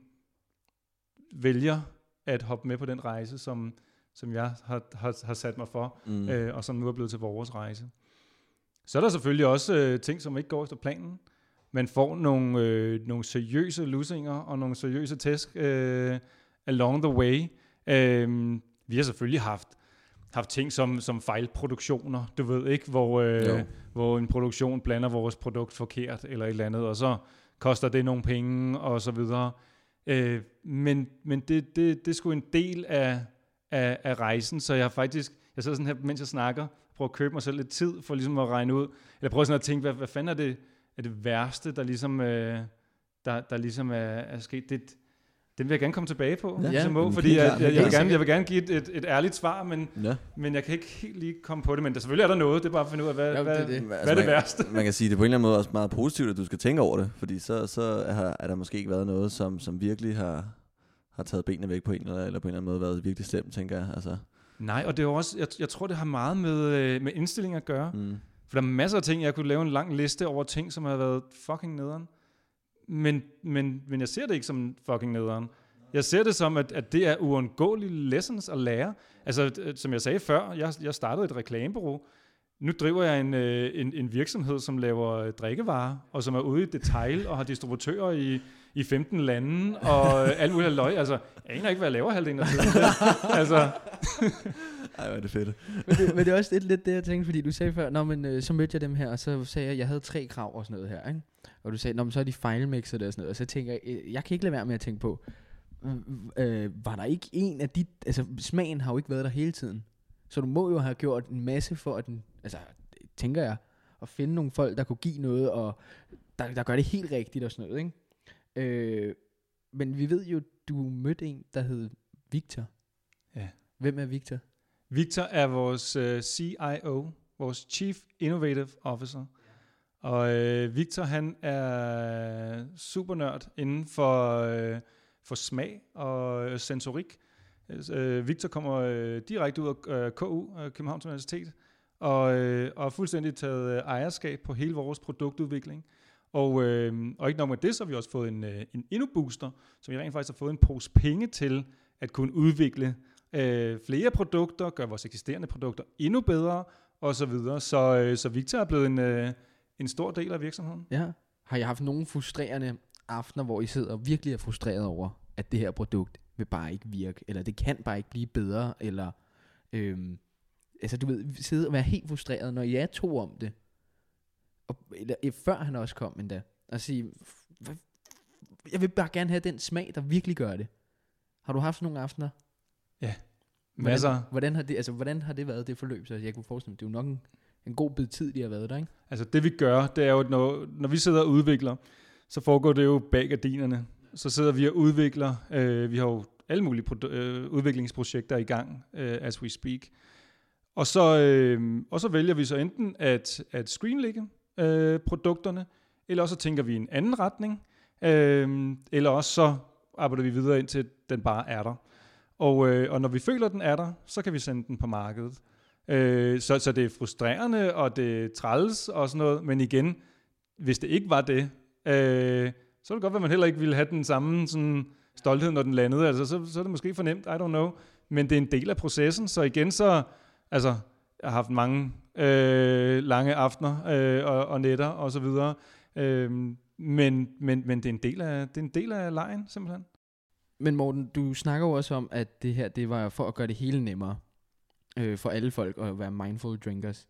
vælger at hoppe med på den rejse, som, som jeg har, har, har sat mig for, mm. øh, og som nu er blevet til vores rejse. Så er der selvfølgelig også øh, ting, som ikke går efter planen. Man får nogle, øh, nogle seriøse lussinger og nogle seriøse tæsk øh, along the way. Øh, vi har selvfølgelig haft haft ting som, som fejlproduktioner, du ved ikke, hvor, øh, hvor en produktion blander vores produkt forkert eller et eller andet, og så koster det nogle penge og så videre. Øh, men men det, det, det er sgu en del af, af, af rejsen, så jeg har faktisk, jeg sidder sådan her, mens jeg snakker, prøver at købe mig selv lidt tid for ligesom at regne ud, eller prøver sådan at tænke, hvad, hvad fanden er det, er det værste, der ligesom, øh, der, der ligesom er, er sket. Det, den vil jeg gerne komme tilbage på, ja, ja, må, fordi jeg, jeg, jeg, vil gerne, jeg vil gerne give et, et, et ærligt svar, men, ja. men jeg kan ikke helt lige komme på det. Men der, selvfølgelig er der noget, det er bare at finde ud af, hvad, ja, hvad, det, det. hvad altså, er det man, værste. Man kan sige, det er på en eller anden måde også meget positivt, at du skal tænke over det, fordi så, så er, er der måske ikke været noget, som, som virkelig har, har taget benene væk på en eller, eller på en eller anden måde været virkelig slemt, tænker jeg. Altså. Nej, og det er også, jeg, jeg tror, det har meget med, med indstilling at gøre. Mm. For der er masser af ting, jeg kunne lave en lang liste over ting, som har været fucking nederen. Men, men, men jeg ser det ikke som fucking nederen. Jeg ser det som, at, at det er uundgåelige lessons at lære. Altså, som jeg sagde før, jeg, jeg startede et reklamebureau. nu driver jeg en, øh, en, en virksomhed, som laver drikkevarer, og som er ude i detail, og har distributører i, i femten lande, og øh, alt muligt løg. Altså, jeg aner ikke, hvad jeg laver halvdelen af tiden. altså. Ej, hvor er det fedt. men, det, men det er også lidt, lidt det, jeg tænkte, fordi du sagde før, nå, men øh, så mødte jeg dem her, og så sagde jeg, at jeg havde tre krav og sådan noget her, ikke? Og du sagde, nå, men så er de fejlmixet og sådan noget, og så tænker jeg, øh, jeg kan ikke lade være med at tænke på, øh, var der ikke en af de, altså smagen har jo ikke været der hele tiden, så du må jo have gjort en masse for at den, altså tænker jeg, at finde nogle folk, der kunne give noget, og der, der gør det helt rigtigt og sådan noget, ikke? Øh, men vi ved jo, du mødte en, der hed Victor. Ja. Hvem er Victor? Victor er vores uh, C I O, vores Chief Innovative Officer. Og øh, Victor, han er super nørd inden for, øh, for smag og øh, sensorik. Øh, Victor kommer øh, direkte ud af øh, K U, øh, Københavns Universitet, og, øh, og har fuldstændig taget øh, ejerskab på hele vores produktudvikling. Og, øh, og ikke nok med det, så har vi også fået en, øh, en InnoBooster, så vi rent faktisk har fået en pose penge til at kunne udvikle øh, flere produkter, gøre vores eksisterende produkter endnu bedre, og så videre. Så, øh, så Victor er blevet en, øh, en stor del af virksomheden. Ja. Har I haft nogle frustrerende aftener, hvor I sidder og virkelig er frustreret over, at det her produkt vil bare ikke virke, eller det kan bare ikke blive bedre, eller øhm, altså du ved, sidde og være helt frustreret, når jeg tog om det, og, eller før han også kom endda, og sige, jeg vil bare gerne have den smag, der virkelig gør det. Har du haft sådan nogle aftener? Ja, masser. Hvordan, hvordan, har det, altså, hvordan har det været, det forløb? Så jeg kunne forestille mig, det er jo nok en, en god bid tid, de har været der, ikke? Altså det vi gør, det er jo, når, når vi sidder og udvikler, så foregår det jo bag gardinerne. Så sidder vi og udvikler. Øh, vi har jo alle mulige produ- øh, udviklingsprojekter i gang, øh, as we speak. Og så, øh, og så vælger vi så enten at, at screenlægge øh, produkterne, eller også så tænker vi i en anden retning, øh, eller også så arbejder vi videre indtil den bare er der. Og, øh, og når vi føler, den er der, så kan vi sende den på markedet. Øh, så, så det er frustrerende, og det er træls og sådan noget, men igen, hvis det ikke var det, øh, så er det godt, at man heller ikke ville have den samme sådan, stolthed, når den landede. Altså, så, så er det måske for nemt, I don't know. Men det er en del af processen, så igen så, altså, jeg har haft mange øh, lange aftener øh, og, og nætter og så videre. Øh, men, men, men det er en del af, det er en del af lejen, simpelthen. Men Morten, du snakker jo også om, at det her, det var for at gøre det hele nemmere øh, for alle folk at være mindful drinkers.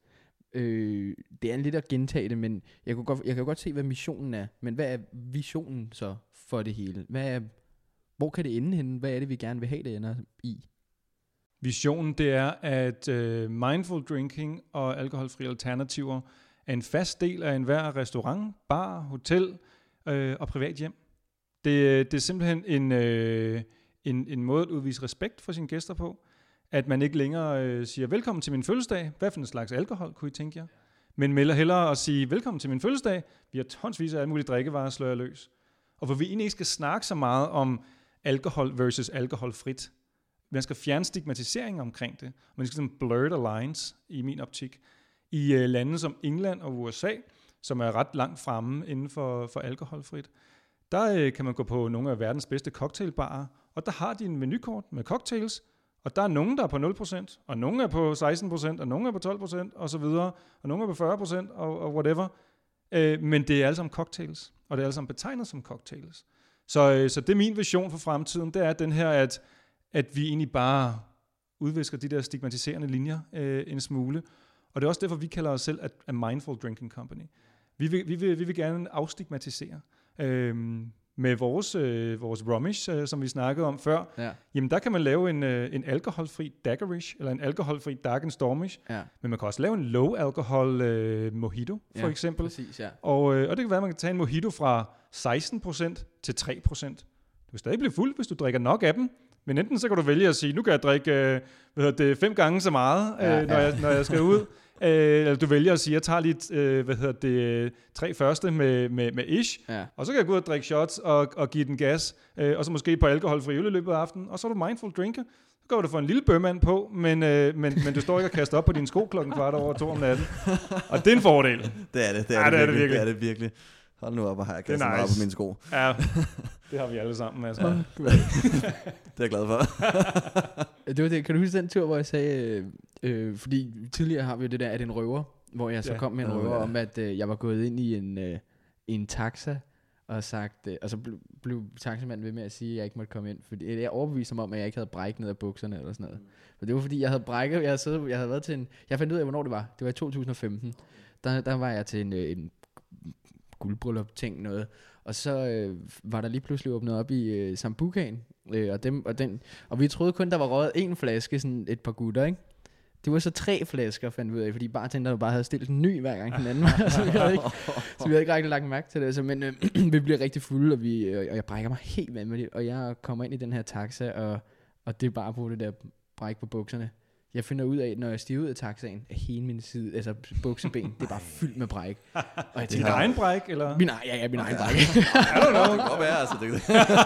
Øh, det er lidt at gentage det, men jeg kan, godt, jeg kan godt se, hvad missionen er. Men hvad er visionen så for det hele? Hvad er, hvor kan det ende henne? Hvad er det, vi gerne vil have, det ender i? Visionen, det er, at øh, mindful drinking og alkoholfri alternativer er en fast del af enhver restaurant, bar, hotel øh, og privat hjem. Det, det er simpelthen en, øh, en, en måde at udvise respekt for sine gæster på. At man ikke længere øh, siger, velkommen til min fødselsdag. Hvad for en slags alkohol, kunne I tænke jer? Men melder hellere at sige, velkommen til min fødselsdag. Vi har tonsvis af alle mulige drikkevarer, slår jeg løs. Og hvor vi egentlig ikke skal snakke så meget om alkohol versus alkoholfrit. Man skal fjerne stigmatisering omkring det. Man skal sådan blur the lines, i min optik. I øh, lande som England og U S A, som er ret langt fremme inden for, for alkoholfrit, der øh, kan man gå på nogle af verdens bedste cocktailbarer, og der har de en menukort med cocktails, og der er nogen, der er på nul procent, og nogen er på seksten procent, og nogen er på tolv procent, og så videre, og nogen er på fyrre procent, og, og whatever. Øh, men det er alle sammen cocktails, og det er alle sammen betegnet som cocktails. Så, øh, så det er min vision for fremtiden, det er den her, at, at vi egentlig bare udvisker de der stigmatiserende linjer øh, en smule. Og det er også derfor, vi kalder os selv a, a mindful drinking company. Vi vil, vi vil, vi vil gerne afstigmatisere. Øh, med vores, øh, vores rummish, øh, som vi snakkede om før, Ja. jamen der kan man lave en, øh, en alkoholfri daggerish, eller en alkoholfri dark and stormish, Ja. men man kan også lave en low alcohol øh, mojito, for Ja, eksempel. Præcis, ja. Og, øh, og det kan være, at man kan tage en mojito fra seksten procent til tre procent. Du vil stadig blive fuld, hvis du drikker nok af dem, men enten så kan du vælge at sige, nu kan jeg drikke øh, hvad hedder det, fem gange så meget, øh, Ja, når, ja. Jeg, når jeg skal ud. Øh, eller du vælger at sige, jeg tager lige øh, hvad hedder det, tre første med, med, med ish, Ja. og så kan jeg gå ud og drikke shots og, og give den gas, øh, og så måske på alkoholfri øl i løbet af aftenen, og så er du mindful drinker. Så går du få en lille bømmand på, men, øh, men, men du står ikke og kaster op på dine sko klokken kvart over to om natten. Og det er en fordel. Det er det, det er, Ja, det, det er det virkelig, virkelig. det er det virkelig. Hold nu op, og har jeg Det er kastet meget nice. på mine sko. Ja, det har vi alle sammen. Altså. Ja. Det er jeg glad for. Det var det. Kan du huske den tur, hvor jeg sagde, øh, øh, fordi tidligere har vi jo det der, at en røver, hvor jeg så Ja. kom med en Åh, røver ja. om, at øh, jeg var gået ind i en, øh, i en taxa, og sagt, øh, og så blev, blev taxamanden ved med at sige, at jeg ikke måtte komme ind, fordi jeg overbeviste mig om, at jeg ikke havde brækket ned af bukserne eller sådan noget. For det var fordi, jeg havde brækket, jeg havde, siddet, jeg havde været til en, jeg fandt ud af, hvornår det var. Det var i to tusind og femten. Der, der var jeg til en, øh, en guldbryllup ting noget, og så øh, var der lige pludselig åbnet op i øh, Sambucaen, øh, og, dem, og, den, og vi troede kun, der var røget en flaske, sådan et par gutter, ikke? Det var så tre flasker, fandt vi ud af, fordi bartenderne bare havde stillet en ny hver gang den anden var, så vi havde ikke, så vi havde ikke rigtig lagt mærke til det. Så, men øh, vi bliver rigtig fulde, og, vi, øh, og jeg brækker mig helt vanvittigt, og jeg kommer ind i den her taxa, og, og det er bare på det der bræk på bukserne. Jeg finder ud af, når jeg stiger ud af taxaen, at hele min side, altså bukseben, det er bare fyldt med bræk. Og jeg Din tænker, egen bræk, eller? min egen, ja, ja, min egen bræk. I don't know. Det kan godt være, altså. Det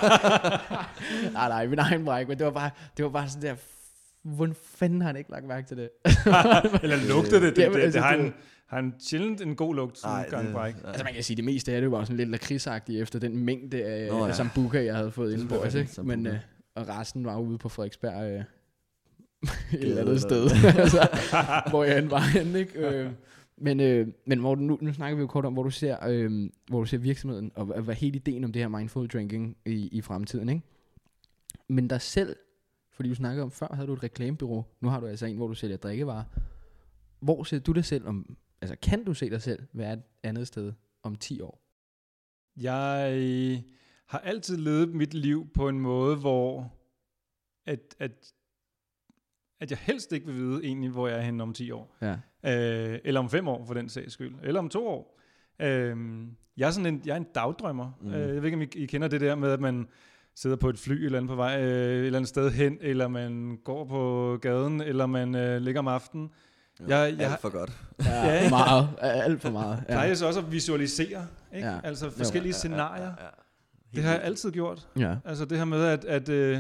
nej, nej, min egen bræk, men det var bare, det var bare sådan der, hvordan fanden har han ikke lagt mærke til det? Eller lugter det? Det, det, Jamen, det, altså, det har det- en, har en sjældent en god lugt, sådan en gang bræk. Altså man kan sige, det meste af det var sådan lidt lakridsagtigt efter den mængde af, Nå, ja. af sambuca, jeg havde fået Det er indenbords, selvfølgelig ikke? sambuca. Men, øh, og resten var ude på Frederiksberg, øh, et Gade eller andet eller- sted, altså, hvor jeg end var henne, ikke? Øh, men, øh, men Morten, nu, nu snakker vi jo kort om, hvor du ser, øh, hvor du ser virksomheden, og hvad hvad hele ideen om det her mindful drinking i, i fremtiden, ikke? Men dig selv, fordi du snakkede om, før havde du et reklamebureau, nu har du altså en, hvor du sælger drikkevarer. Hvor ser du dig selv om, altså kan du se dig selv være et andet sted om ti år? Jeg har altid levet mit liv på en måde, hvor at, at, at jeg helst ikke vil vide egentlig, hvor jeg er henne om ti år. Ja. Øh, eller om fem år, for den sags skyld. Eller om to år. Øh, jeg er sådan en, jeg er en dagdrømmer. Mm. Mm. Øh, jeg ved ikke, om I, I kender det der med, at man sidder på et fly eller andet på vej øh, et eller andet sted hen, eller man går på gaden, eller man øh, ligger om aftenen. Ja, Jeg- jeg- alt for godt. Ja, Ja, ikke? meget. Alt for meget. Ja. Plejer så også at visualisere, ikke? Ja. Altså forskellige Ja, scenarier. ja, ja, ja. Det har jeg altid gjort. Ja. Altså det her med, at, at øh,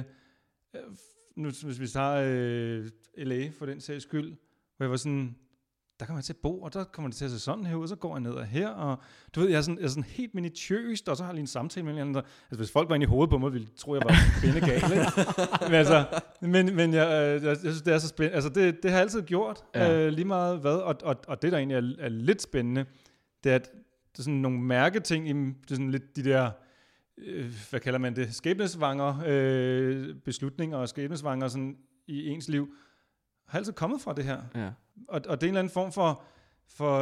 nu, hvis vi tager øh, L A for den sags skyld, hvor jeg var sådan, der kommer jeg til at bo, og der kommer det til at se sådan her ud, og så går jeg ned og her, og du ved, jeg er sådan, jeg er sådan helt minutiøst, og så har jeg lige en samtale med en eller anden, altså hvis folk var inde i hovedet på mig, ville de tro, jeg var bindegal, ikke? Men altså, men, men jeg, øh, jeg, jeg synes, det er så spændende, altså det, det har jeg altid gjort, Ja. øh, lige meget hvad, og, og, og det der egentlig er, er lidt spændende, det er, at der er sådan nogle mærketing, i, det er sådan lidt de der, øh, hvad kalder man det, skæbnesvanger øh, beslutninger og skæbnesvanger sådan i ens liv, har altid kommet fra det her. Ja. Og, og det er en eller anden form for, for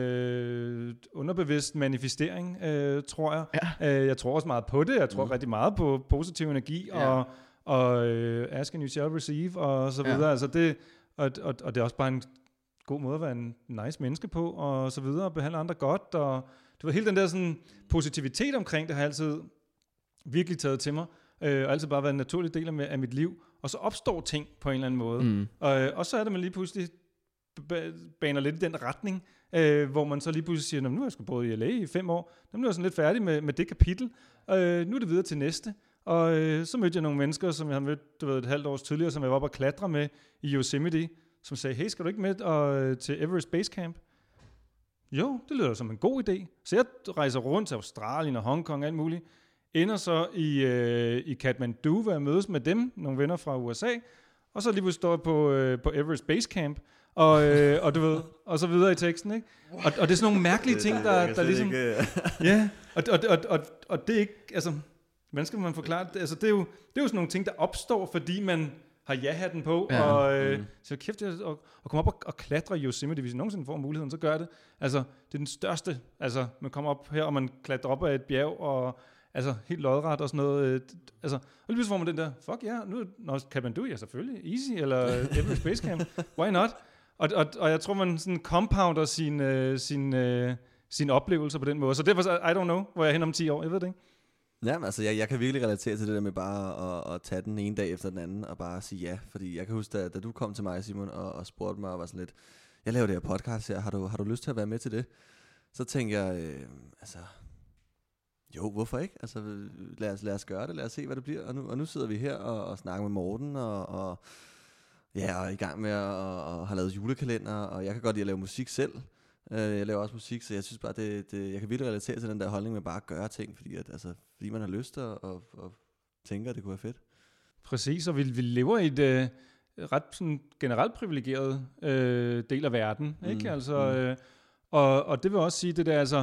øh, underbevidst manifestering, øh, tror jeg. Ja. Øh, jeg tror også meget på det. Jeg tror Mm. rigtig meget på positiv energi, Ja. og, og øh, ask and you shall receive, og så Ja. videre. Altså det, og, og, og det er også bare en god måde at være en nice menneske på, og så videre, og behandle andre godt. Og du ved, hele den der sådan, positivitet omkring det har jeg altid virkelig taget til mig, øh, og altid bare været en naturlig del af, af mit liv. Og så opstår ting på en eller anden måde. Mm. Og, øh, og så er det, man lige pludselig ba- baner lidt i den retning, øh, hvor man så lige pludselig siger, "Nå, nu har jeg sgu boet i L A i fem år, nu er jeg sådan lidt færdig med, med det kapitel, øh, nu er det videre til næste." Og øh, så mødte jeg nogle mennesker, som jeg har mødt du ved, et halvt års tidligere, som jeg var oppe og klatre med i Yosemite, som sagde, "Hey, skal du ikke med og, øh, til Everest Base Camp?" Jo, det lyder som en god idé. Så jeg rejser rundt til Australien og Hongkong og alt muligt, ender så i, øh, i Kathmandu, hvor jeg mødes med dem, nogle venner fra U S A, og så lige pludselig står jeg på, øh, på Everest Base Camp, og, øh, og du ved, og så videre i teksten, ikke? Og, og det er sådan nogle mærkelige ting, der, der ligesom... Ja, og, og, og, og, og det er ikke, altså, hvordan skal man forklare det? Altså, det er jo, det er jo sådan nogle ting, der opstår, fordi man har ja-hatten på, Ja. og øh, Mm. så kæft, jeg, og, og komme op og, og klatre i Yosemite, hvis jeg nogensinde får muligheden, så gør jeg det. Altså, det er den største, altså, man kommer op her, og man klatrer op ad et bjerg, og altså, helt lodret og sådan noget, øh, altså, og lige pludselig får man den der, fuck ja, yeah, nu når, kan man do, ja selvfølgelig, easy, eller Everest Base Camp, why not? Og, og, og jeg tror, man sådan compounder sin, øh, sin, øh, sine oplevelser på den måde, så derfor, så, I don't know, hvor jeg er hen om ti år, jeg ved det ikke. Ja, men altså, jeg, jeg kan virkelig relatere til det der med bare at, at tage den ene dag efter den anden, og bare sige ja. Fordi jeg kan huske, da, da du kom til mig, Simon, og, og spurgte mig, og var sådan lidt, jeg laver det her podcast her, har du, har du lyst til at være med til det? Så tænkte jeg, øh, altså, jo, hvorfor ikke? Altså, lad os, lad os gøre det, lad os se, hvad det bliver. Og nu, og nu sidder vi her og, og snakker med Morten, og, og ja, og er i gang med at og, og have lavet julekalender, og jeg kan godt lide at lave musik selv. Uh, jeg laver også musik, så jeg synes bare, det, det, jeg kan virkelig relatere til den der holdning med bare at gøre ting, fordi, at, altså, fordi man har lyst og, og, og tænker, at det kunne være fedt. Præcis, og vi, vi lever i et, øh, ret sådan generelt privilegeret øh, del af verden, ikke? Mm, Altså, mm. øh, og, og det vil også sige, det der altså,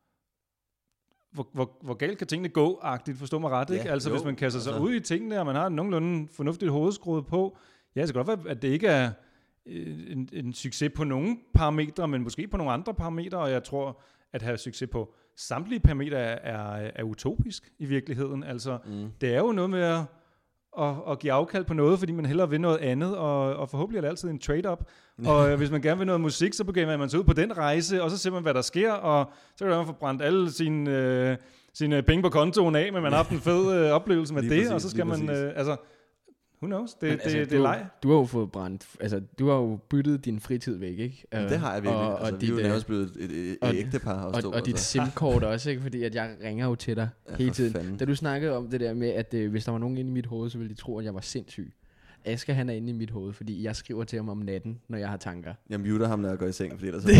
hvor, hvor, hvor galt kan tingene gå-agtigt, forstå mig ret, ikke? Ja, altså, jo, hvis man kaster sig altså. ud i tingene, og man har en nogenlunde fornuftigt hovedskruet på, ja, det kan godt være, at det ikke er øh, en, en succes på nogle parametre, men måske på nogle andre parametre, og jeg tror, at have succes på samtlige parametre er, er, er utopisk i virkeligheden. Altså, Mm. det er jo noget med at, at, at give afkald på noget, fordi man hellere vil noget andet, og, og forhåbentlig er det altid en trade-up. Og hvis man gerne vil noget musik, så begiver man sig ud på den rejse, og så ser man, hvad der sker, og så kan man få brændt alle sine, øh, sine penge på kontoen af, men man har haft en fed øh, oplevelse med Lige det, præcis, og så skal lige man, præcis. øh, altså, who knows, det, Men det, altså, det, det er du, leg. du har jo fået brændt, altså du har jo byttet din fritid væk, ikke? Men det har jeg virkelig. Og, altså, og vi er jo dit, øh, nærmest blevet et, et, et og- ægtepar. og, stå, og dit altså. SIM-kort også, ikke? Fordi at jeg ringer jo til dig Ja, hele for tiden. fanden. Da du snakkede om det der med, at øh, hvis der var nogen inde i mit hoved, så ville de tro, at jeg var sindssyg. Asger, han er inde i mit hoved, fordi jeg skriver til ham om natten, når jeg har tanker. Jeg muter ham, når jeg går i seng, fordi ellers så...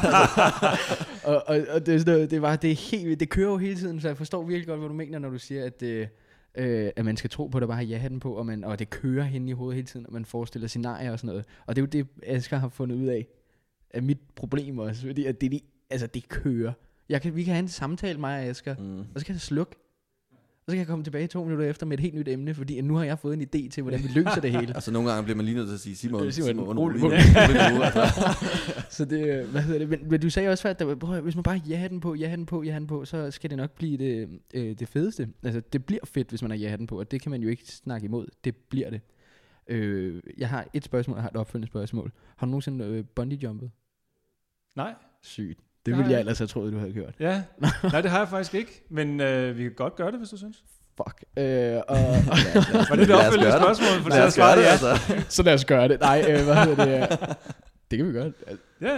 og, og, og det, er sådan noget- det, var, det, er helt, det kører jo hele tiden, så jeg forstår virkelig godt, hvad du mener, når du siger, at, øh, øh, at man skal tro på, at der bare har ja-hatten på, og, man, og det kører hen i hovedet hele tiden, og man forestiller scenarier og sådan noget. Og det er jo det, Asger har fundet ud af, er mit problem også, fordi at det, det, altså, det kører. Jeg kan, vi kan have en samtale, mig og Asger, Mm. og så kan jeg slukke. Og så kan jeg komme tilbage to minutter efter med et helt nyt emne, fordi nu har jeg fået en idé til, hvordan vi løser det hele. Altså nogle gange bliver man lige nødt til at sige, Simon, Simon, Simon, rolig, rolig, rolig. rolig nu, altså. Så det, hvad hedder det, men, men du sagde også før, at der, prøv, at høre, hvis man bare ja den på, ja den på, ja den på, så skal det nok blive det, øh, det fedeste. Altså det bliver fedt, hvis man har ja den på, og det kan man jo ikke snakke imod. Det bliver det. Øh, jeg har et spørgsmål, jeg har et opfølgende spørgsmål. Har du nogensinde øh, bungee jumpet? Nej. Sygt. Det Nej. ville jeg ellers have troet, du havde gjort. Ja, nej, det har jeg faktisk ikke, men øh, vi kan godt gøre det, hvis du synes. Fuck. Øh, og, og Var det det Lad os opfølgende gøre det. spørgsmål? For Lad det os gøre det, ja. altså. så lad os gøre det. Nej, øh, hvad hedder det? Det kan vi godt. Ja, ja.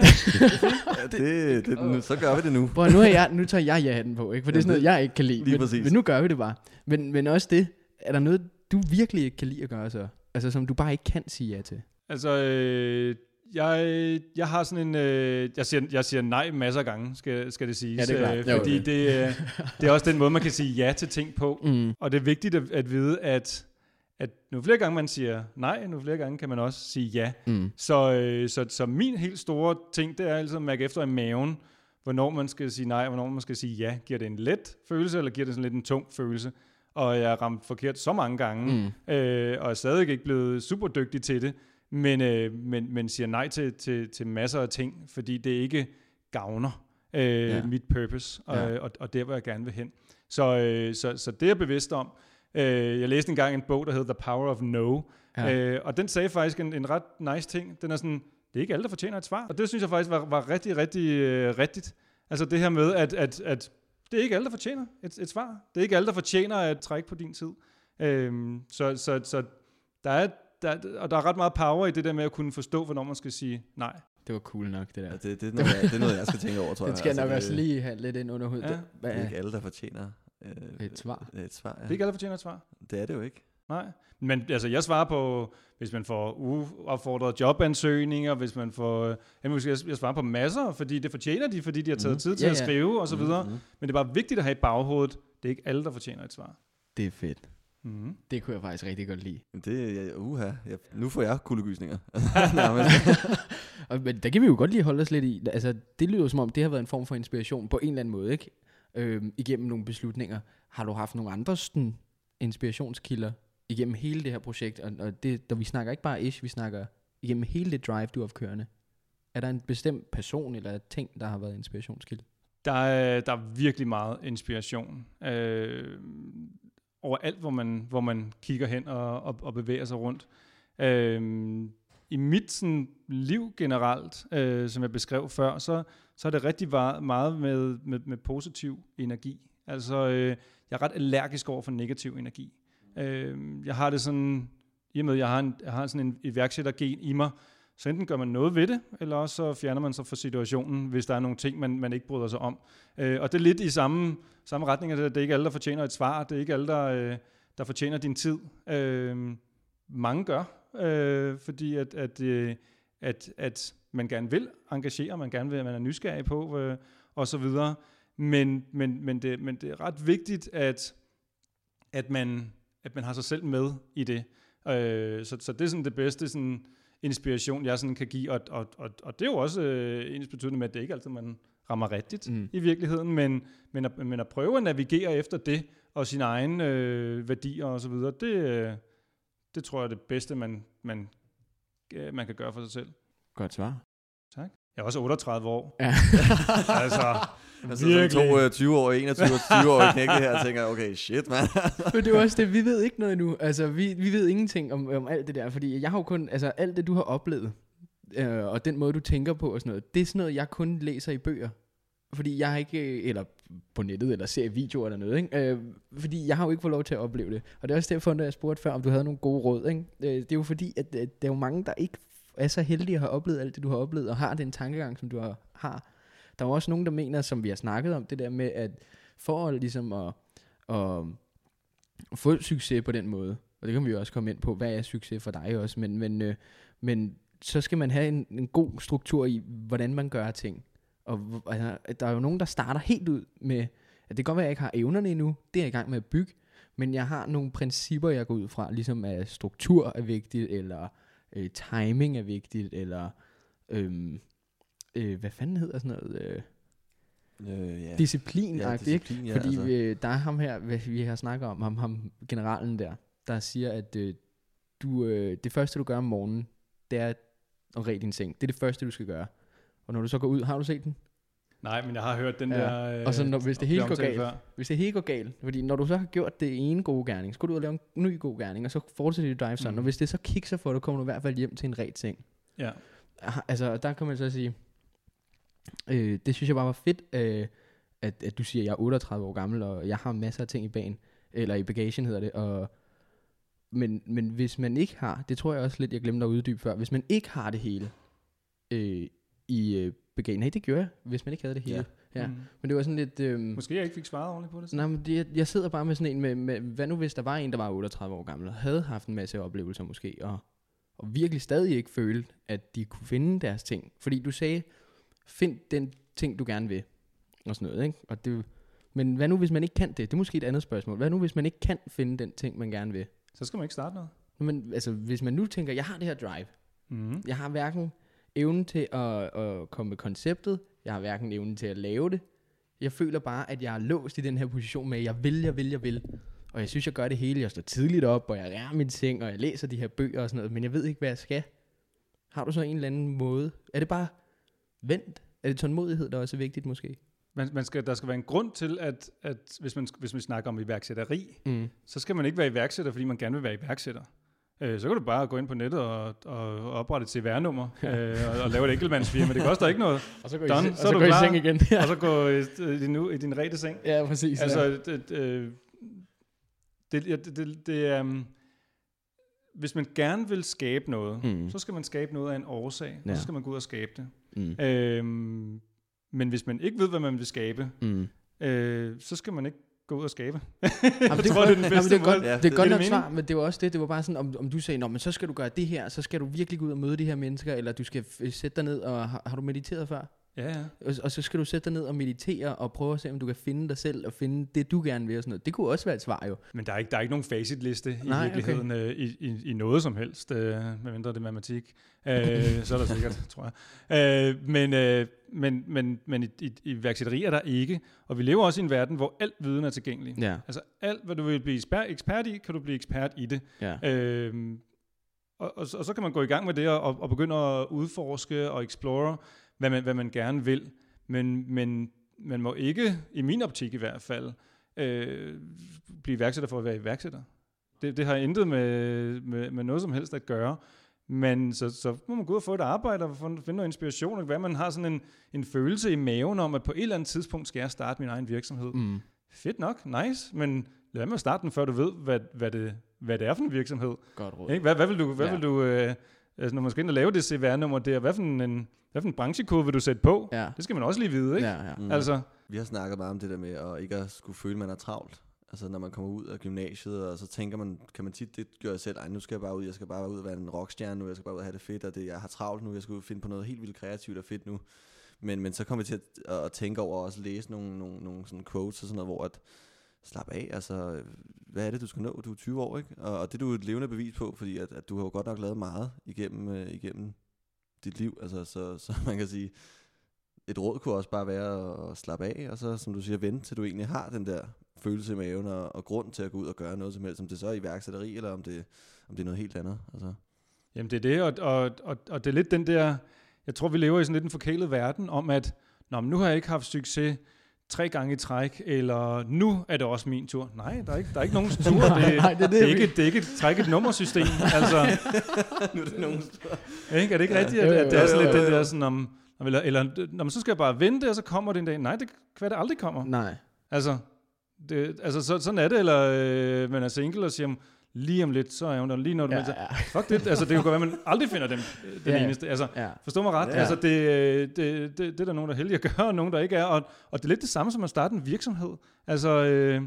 Ja, det, det, nu, så gør vi det nu. Prøv, nu, er jeg, nu tager jeg ja-hatten på, ikke? For det er sådan noget, jeg ikke kan lide. Lige Men, præcis. men nu gør vi det bare. Men, men også det, er der noget, du virkelig ikke kan lide at gøre så? Altså som du bare ikke kan sige ja til? Altså, øh, jeg, jeg har sådan en... Øh, jeg, siger, jeg siger nej masser af gange, skal, skal det siges. Ja, det er klart. øh, Jo, fordi jo. det, øh, det er også den måde, man kan sige ja til ting på. Mm. Og det er vigtigt at, at vide, at, at nu flere gange man siger nej, nu flere gange kan man også sige ja. Mm. Så, øh, så, så min helt store ting, det er altså at mærke efter i maven, hvornår man skal sige nej, og hvornår man skal sige ja. Giver det en let følelse, eller giver det sådan lidt en tung følelse? Og jeg har ramt forkert så mange gange, Mm. øh, og er stadig ikke blevet super dygtig til det, men, øh, men, men siger nej til, til, til masser af ting, fordi det ikke gavner øh, Ja. mit purpose, og, Ja. og, og der, hvor jeg gerne vil hen. Så, øh, så, så det er jeg bevidst om. Øh, jeg læste engang en bog, der hedder The Power of No, Ja. øh, og den sagde faktisk en, en ret nice ting. Den er sådan, det er ikke alle, der fortjener et svar. Og det synes jeg faktisk var, var rigtig, rigtig øh, rigtigt. Altså det her med, at, at, at det er ikke alle, der fortjener et, et svar. Det er ikke alle, der fortjener at trække på din tid. Øhm, så så, så der, er, der, og der er ret meget power i det der med at kunne forstå, hvornår man skal sige nej. Det var cool nok, det der. Ja, det, det, er noget, jeg, det er noget, jeg skal tænke over, tror jeg. Den skal jeg nok det, også lige have lidt ind under hovedet. Ja. Det- Hvad Det er er ikke alle, der fortjener øh, et svar? et svar, ja. Det er ikke alle, der fortjener et svar. Det er det jo ikke. Nej. Men altså, jeg svarer på, hvis man får uopfordrede jobansøgninger, hvis man får... Øh, jeg, måske, jeg svarer på masser, fordi det fortjener de, fordi de har taget Mhm. tid til Ja, at ja. skrive, og så videre. Mhm. Men det er bare vigtigt at have i baghovedet, det er ikke alle, der fortjener et svar. Det er fedt. Mm-hmm. Det kunne jeg faktisk rigtig godt lide. Men det, ja, uha, jeg, nu får jeg kuldegysninger. Nærmest. Og, men der kan vi jo godt lige holde os lidt i. Altså, det lyder som om, det har været en form for inspiration på en eller anden måde, ikke? Øhm, igennem nogle beslutninger. Har du haft nogle andre sådan, inspirationskilder igennem hele det her projekt? Og, og det, der, vi snakker ikke bare ish, vi snakker igennem hele det drive, du har kørende. Er der en bestemt person eller ting, der har været inspirationskilde? Der er, der er virkelig meget inspiration. Øh, overalt, hvor man, hvor man kigger hen og, og, og bevæger sig rundt. Øh, I mit sådan, liv generelt, øh, som jeg beskrev før, så, så er det rigtig var, meget med, med, med positiv energi. Altså, øh, jeg er ret allergisk over for negativ energi. Øh, jeg har det sådan, i og med, at jeg har, en, jeg har sådan en iværksættergen i mig, så enten gør man noget ved det, eller også så fjerner man sig fra situationen, hvis der er nogle ting, man, man ikke bryder sig om. Øh, og det er lidt i samme, samme retning, at det er ikke alle, der fortjener et svar. Det er ikke alle, der, øh, der fortjener din tid. Øh, mange gør, øh, fordi at, at, øh, at, at man gerne vil engagere, man gerne vil, man er nysgerrig på, øh, og så videre. Men, men, men, det, men det er ret vigtigt, at, at, man, at man har sig selv med i det. Øh, så, så det er sådan det bedste sådan inspiration, jeg sådan kan give, og, og, og, og det er jo også øh, ensbetydende med, at det ikke altid man rammer rigtigt mm. i virkeligheden, men, men, at, men at prøve at navigere efter det, og sine egne øh, værdier og så videre, det, øh, det tror jeg er det bedste, man, man, øh, man kan gøre for sig selv. Godt svar. Tak. Jeg er også otteogtredive år. Ja. altså, altså virkelig. To uh, tyve år, enogtyve og tyve år knække her, og tænker, okay, shit, man. Men det er også det, vi ved ikke noget endnu. Altså, vi, vi ved ingenting om, om alt det der, fordi jeg har jo kun, altså alt det, du har oplevet, øh, og den måde, du tænker på og sådan noget, det er sådan noget, jeg kun læser i bøger. Fordi jeg har ikke, eller på nettet, eller ser videoer eller noget, ikke? Øh, fordi jeg har jo ikke fået lov til at opleve det. Og det er også derfor, når jeg spurgte før, om du havde nogle gode råd, ikke? Øh, det er jo fordi, at, at der er jo mange, der ikke er så heldige at have oplevet alt det, du har oplevet, og har den tankegang, som du har. har. Der er også nogen, der mener, som vi har snakket om, det der med, at for ligesom at, at få succes på den måde, og det kan vi jo også komme ind på, hvad er succes for dig også, men, men, øh, men så skal man have en, en god struktur i, hvordan man gør ting. Og altså, der er jo nogen, der starter helt ud med, at det kan godt være, at jeg ikke har evnerne endnu, det er jeg i gang med at bygge, men jeg har nogle principper, jeg går ud fra, ligesom at struktur er vigtigt, eller øh, timing er vigtigt, eller øh, øh, hvad fanden hedder sådan noget? Øh, øh, ja. Disciplin, ja, disciplin ja, fordi altså. vi, der er ham her, vi har snakket om, ham, ham generalen der, der siger, at øh, du, øh, det første, du gør om morgenen, det er at rede din seng. Det er det første, du skal gøre. Og når du så går ud, har du set den? Nej, men jeg har hørt den ja. der... Øh, og så når, hvis det hele går galt, før. hvis det hele går galt, fordi når du så har gjort det ene gode gerning, så går du ud og lave en ny god gerning, og så fortsætter du dive sådan, mm. og hvis det så kikser for dig, kommer du i hvert fald hjem til en ret seng. Ja. Altså, der kan man så sige, øh, det synes jeg bare var fedt, øh, at, at du siger, at jeg er otteogtredive år gammel, og jeg har masser af ting i bagen, eller i bagagen hedder det, og men, men hvis man ikke har, det tror jeg også lidt, jeg glemte at uddybe før, hvis man ikke har det hele øh, i øh, bagagen, nej, det gør jeg, hvis man ikke havde det hele. Ja. Ja. Mm. Men det var sådan lidt... Øh, Måske jeg ikke fik svaret ordentligt på det. Så. Nej, men det, jeg, jeg sidder bare med sådan en med, med, hvad nu hvis der var en, der var otteogtredive år gammel, og havde haft en masse oplevelser måske, og, og virkelig stadig ikke følte, at de kunne finde deres ting. Fordi du sagde, find den ting, du gerne vil, og sådan noget, ikke? Og det, men hvad nu hvis man ikke kan det? Det er måske et andet spørgsmål. Hvad nu hvis man ikke kan finde den ting, man gerne vil? Så skal man ikke starte noget. Men altså, hvis man nu tænker, jeg har det her drive, mm. jeg har hverken evnen til at, at komme med konceptet, jeg har hverken evnen til at lave det, jeg føler bare, at jeg er låst i den her position med, at jeg vil, jeg vil, jeg vil, og jeg synes, jeg gør det hele, jeg står tidligt op, og jeg er min seng, og jeg læser de her bøger og sådan noget, men jeg ved ikke, hvad jeg skal. Har du så en eller anden måde? Er det bare vent? Er det tålmodighed, der også er vigtigt måske? Man, man skal, der skal være en grund til, at, at hvis, man, hvis man snakker om iværksætteri, mm. så skal man ikke være iværksætter, fordi man gerne vil være iværksætter. Øh, så kan du bare gå ind på nettet og, og oprette et C V R-nummer øh, og, og lave et enkeltmandsfirma. Det koster ikke noget. Og så går I, Done, og så så er du går klar, I seng igen. Og så gå i, i, din, i din rette seng. Ja, præcis. Altså, ja. det, øh, det, det, det, det um, hvis man gerne vil skabe noget, mm. så skal man skabe noget af en årsag, ja. Og så skal man gå ud og skabe det. Mm. Øhm, men hvis man ikke ved, hvad man vil skabe, mm. øh, så skal man ikke gå ud og skabe. Jamen, det, tror, det er den bedste det er godt, måde. ja, det, det er godt nok svar, men det var også det. Det var bare sådan, om, om du sagde, nå, men så skal du gøre det her, så skal du virkelig gå ud og møde de her mennesker, eller du skal f- sætte dig ned, og har, har du mediteret før? Ja, ja. Og, og så skal du sætte dig ned og meditere, og prøve at se, om du kan finde dig selv, og finde det, du gerne vil, og sådan noget. Det kunne også være et svar jo. Men der er ikke, der er ikke nogen facitliste i Nej, virkeligheden, okay. øh, i, i, i noget som helst, øh, medmindre det er matematik. Øh, så er der sikkert, tror jeg. Øh, men øh, men, men, men i, i, i iværksætteri er der ikke. Og vi lever også i en verden, hvor alt viden er tilgængelig. Ja. Altså alt, hvad du vil blive ekspert i, kan du blive ekspert i det. Ja. Øh, og, og, og så kan man gå i gang med det, og, og begynde at udforske og explore, hvad man, hvad man gerne vil. Men, men man må ikke, i min optik i hvert fald, øh, blive iværksætter for at være iværksætter. Det, det har intet med, med, med noget som helst at gøre. Men så, så må man gå ud og få et arbejde og finde noget inspiration, og hvad man har sådan en, en følelse i maven om, at på et eller andet tidspunkt skal jeg starte min egen virksomhed. Mm. Fedt nok, nice, men lad mig starte den, før du ved, hvad, hvad, det, hvad det er for en virksomhed. Godt råd. Ikke? Hvad, hvad vil du, hvad ja. vil du øh, altså, når man skal ind og lave det C V R-nummer der, hvad for en, hvad for en branchekode vil du sætte på? Ja. Det skal man også lige vide, ikke? Ja, ja. Mm. Altså. Vi har snakket meget om det der med at ikke at skulle føle, at man er travlt. Altså når man kommer ud af gymnasiet, og så tænker man, kan man tit, det gør jeg selv, ej nu skal jeg bare ud, jeg skal bare ud og være en rockstjerne nu, jeg skal bare ud og have det fedt, og det, jeg har travlt nu, jeg skal ud og finde på noget helt vildt kreativt og fedt nu. Men, men så kommer vi til at, at tænke over og også læse nogle, nogle, nogle sådan quotes og sådan noget, hvor at slap af, altså, hvad er det, du skal nå? Du er tyve år, ikke? Og, og det er du et levende bevis på, fordi at, at du har jo godt nok lavet meget igennem, øh, igennem dit liv, altså, så, så man kan sige, et råd kunne også bare være at slappe af, og så, som du siger, vente til du egentlig har den der følelse i maven, og, og grund til at gå ud og gøre noget som helst, om det så er iværksætteri, eller om det, om det er noget helt andet, altså. Jamen det er det, og, og, og, og det er lidt den der, jeg tror vi lever i sådan lidt en forkælet verden, om at, nå, men nu har jeg ikke haft succes tre gange i træk, eller nu er det også min tur. Nej, der er ikke, der er ikke nogen tur. Det, Nej, det, er det, det, er ikke, det er ikke et træk et nummersystem. Altså, Nu er det nogen ikke? Er det ikke ja, rigtigt, at, at det er sådan lidt den der sådan om, eller, eller når så skal jeg bare vente, og så kommer det en dag. Nej, det kan det aldrig kommer. Nej. Altså, det, altså så, sådan er det, eller øh, man er single og siger, lige om lidt, så er hun der, lige når du Ja, med til. ja. Fuck det, altså det kan godt være, at man aldrig finder dem, den Ja. eneste. Altså, Ja. forstå mig ret, Ja. altså det, det, det, det er der nogen, der er heldige at gøre, og nogen, der ikke er. Og, og det er lidt det samme, som at starte en virksomhed. Altså, øh,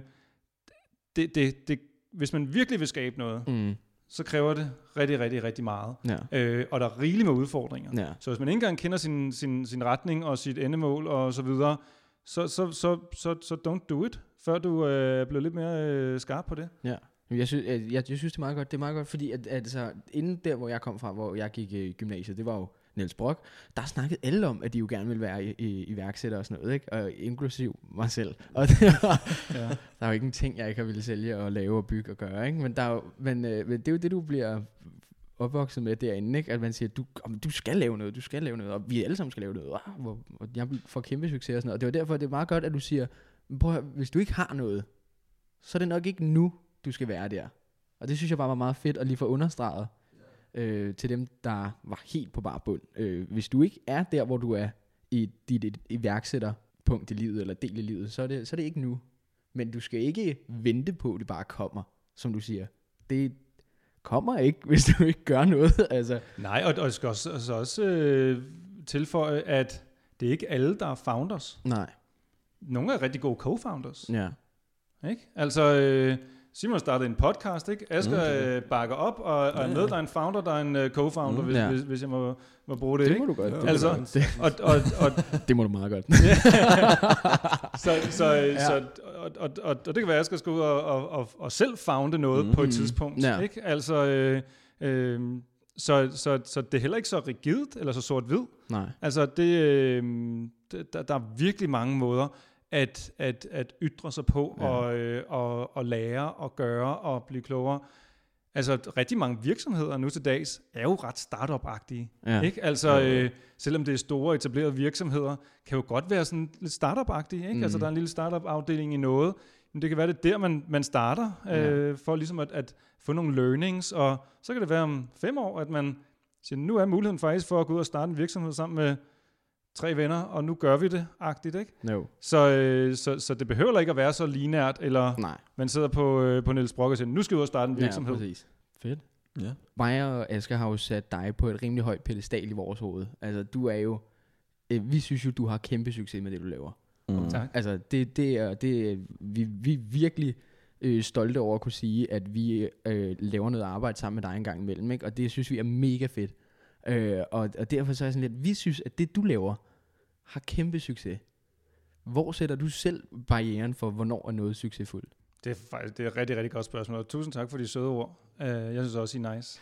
det, det, det, hvis man virkelig vil skabe noget, Mm. så kræver det rigtig, rigtig, rigtig meget. Ja. Øh, og der er rigeligt med udfordringer. Ja. Så hvis man ikke engang kender sin, sin, sin retning og sit endemål og så videre, så, så, så, så, så don't do it, før du øh, er blevet lidt mere øh, skarp på det. Ja. Jeg synes, jeg, jeg, jeg synes, det er meget godt. Det er meget godt, fordi at, at, altså, inden der, hvor jeg kom fra, hvor jeg gik i gymnasiet, det var jo Niels Brock, der snakkede alle om, at de jo gerne ville være i, i, iværksætter og sådan noget, ikke? Og inklusiv mig selv. Og det var, Ja. der er jo ikke en ting, jeg ikke har ville sælge og lave og bygge og gøre, ikke? Men, der er jo, men, øh, men det er jo det, du bliver opvokset med derinde, ikke? At man siger, du, om, du skal lave noget, du skal lave noget, og vi alle sammen skal lave noget, og, hvor, og jeg får kæmpe succes og sådan noget. Og det var derfor, det er meget godt, at du siger, prøv at høre, hvis du ikke har noget, så er det nok ikke nu, du skal være der. Og det synes jeg bare var meget fedt at lige få understreget øh, til dem, der var helt på bar bund. Øh, hvis du ikke er der, hvor du er i dit et iværksætterpunkt i livet, eller del i livet, så er, det, så er det ikke nu. Men du skal ikke vente på, at det bare kommer, som du siger. Det kommer ikke, hvis du ikke gør noget. Altså. Nej, og, og jeg skal også, altså også øh, tilføje, at det er ikke alle, der er founders. Nej. Nogle er rigtig gode co-founders. Ja. Ikke? Altså, øh, Simon startede en podcast, ikke? Asger Mm. øh, bakker op, og, og er Ja, med, ja. der er en founder, der er en øh, co-founder, Mm. hvis, Ja. hvis, hvis jeg må, må bruge det, Det ikke? må du godt. Ja, Det, altså, må du godt. Det, Og, og, og, det må du meget godt. så, så, Ja. ja. så, og, og, og, og det kan være, at jeg skal gå ud og, og, og, og selv founde noget Mm. på et tidspunkt. Ja. Ikke? Altså, øh, øh, så, så, så det er heller ikke så rigidt, eller så sort-hvid. Nej. Altså, det, øh, det, der, der er virkelig mange måder at, at, at ytre sig på, Ja. ja. og, øh, og, og lære, og gøre, og blive klogere. Altså, rigtig mange virksomheder nu til dags er jo ret startup-agtige. Ja. Ikke? Altså, øh, selvom det er store etablerede virksomheder, kan jo godt være sådan lidt startup-agtige. Ikke? Mm. Altså, der er en lille startup-afdeling i noget. Men det kan være, det er der, man, man starter, øh, for ligesom at, at få nogle learnings. Og så kan det være om fem år, at man siger, nu er muligheden faktisk for at gå ud og starte en virksomhed sammen med tre venner, og nu gør vi det, agtigt, ikke? No. Så, øh, så, så det behøver ikke at være så linært, eller Nej. man sidder på, øh, på Niels Brock og siger, nu skal vi ud og starte en virksomhed. Ja, præcis. Fedt. Ja. Mig og Asger har jo sat dig på et rimelig højt pedestal i vores hoved. Altså, du er jo... Øh, vi synes jo, du har kæmpe succes med det, du laver. Mm. Tak. Altså, det, det er... Det er vi, vi er virkelig øh, stolte over at kunne sige, at vi øh, laver noget arbejde sammen med dig en gang imellem, ikke? Og det synes vi er mega fedt. Øh, og, og derfor så er jeg sådan lidt... Vi synes, at det, du laver, har kæmpe succes. Hvor sætter du selv barrieren for, hvornår er noget succesfuldt? Det er faktisk det er et rigtig, rigtig godt spørgsmål. Og tusind tak for de søde ord. Uh, jeg synes også, I er nice.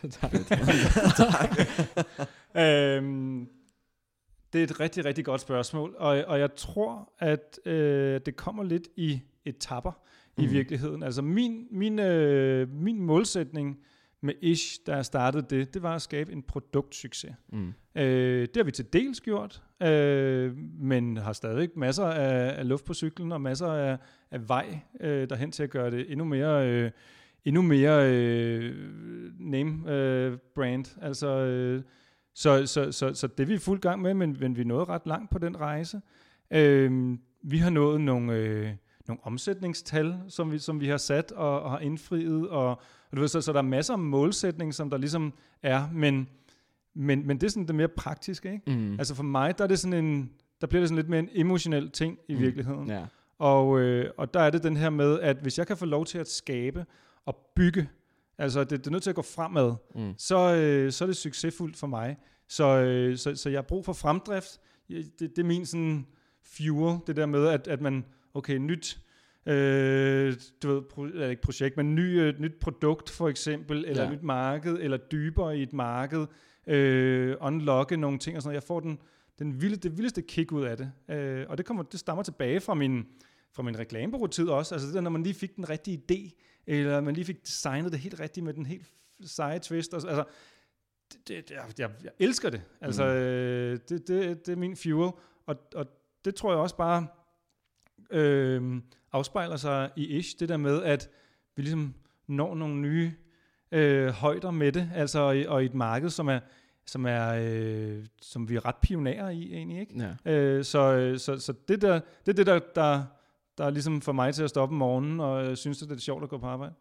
øhm, det er et rigtig, rigtig godt spørgsmål. Og, og jeg tror, at øh, det kommer lidt i etapper mm. i Mhm. virkeligheden. Altså min, min, øh, min målsætning med Ish, da jeg startede det, det var at skabe en produktsucces. Mm. Øh, det har vi til dels gjort, øh, men har stadig masser af, af luft på cyklen og masser af, af vej øh, derhen til at gøre det endnu mere, øh, endnu mere øh, name øh, brand. Altså, øh, så, så, så, så det er vi i fuld gang med, men, men vi er nået ret langt på den rejse. Øh, vi har nået nogle, øh, nogle omsætningstal, som vi, som vi har sat og, og har indfriet, og, og du ved, så, så der er masser af målsætning, som der ligesom er, men Men, men det er sådan det mere praktiske, ikke? Mm. Altså for mig, der er det sådan en, der bliver det sådan lidt mere en emotionel ting i Mm. virkeligheden. Ja. Og, øh, og der er det den her med, at hvis jeg kan få lov til at skabe og bygge, altså det, det er nødt til at gå fremad, Mm. så, øh, så er det succesfuldt for mig. Så, øh, så, så jeg har brug for fremdrift. Det, det er min sådan fuel, det der med, at, at man, okay, nyt, øh, du ved, pro, eller ikke projekt, men ny, et nyt produkt for eksempel, eller Ja. et nyt marked, eller dybere i et marked, øh, unlocke nogle ting og sådan noget. Jeg får den, den vilde, det vildeste kick ud af det. Øh, og det, kommer, det stammer tilbage fra min, fra min reklamebureau-tid også. Altså det der, når man lige fik den rigtige idé, eller man lige fik designet det helt rigtigt med den helt seje twist. Og, altså, det, det, jeg, jeg, jeg elsker det. Altså, Mm. øh, det, det, det er min fuel. Og, og det tror jeg også bare øh, afspejler sig i Ish. Det der med, at vi ligesom når nogle nye øh, højder med det. Altså, og i, og i et marked, som er som er øh, som vi er ret pionerer i egentlig, ikke? Ja. Øh, så, så, så det der, det er det der, der, der er ligesom for mig til at stoppe om morgenen, og jeg synes, det er sjovt at gå på arbejde.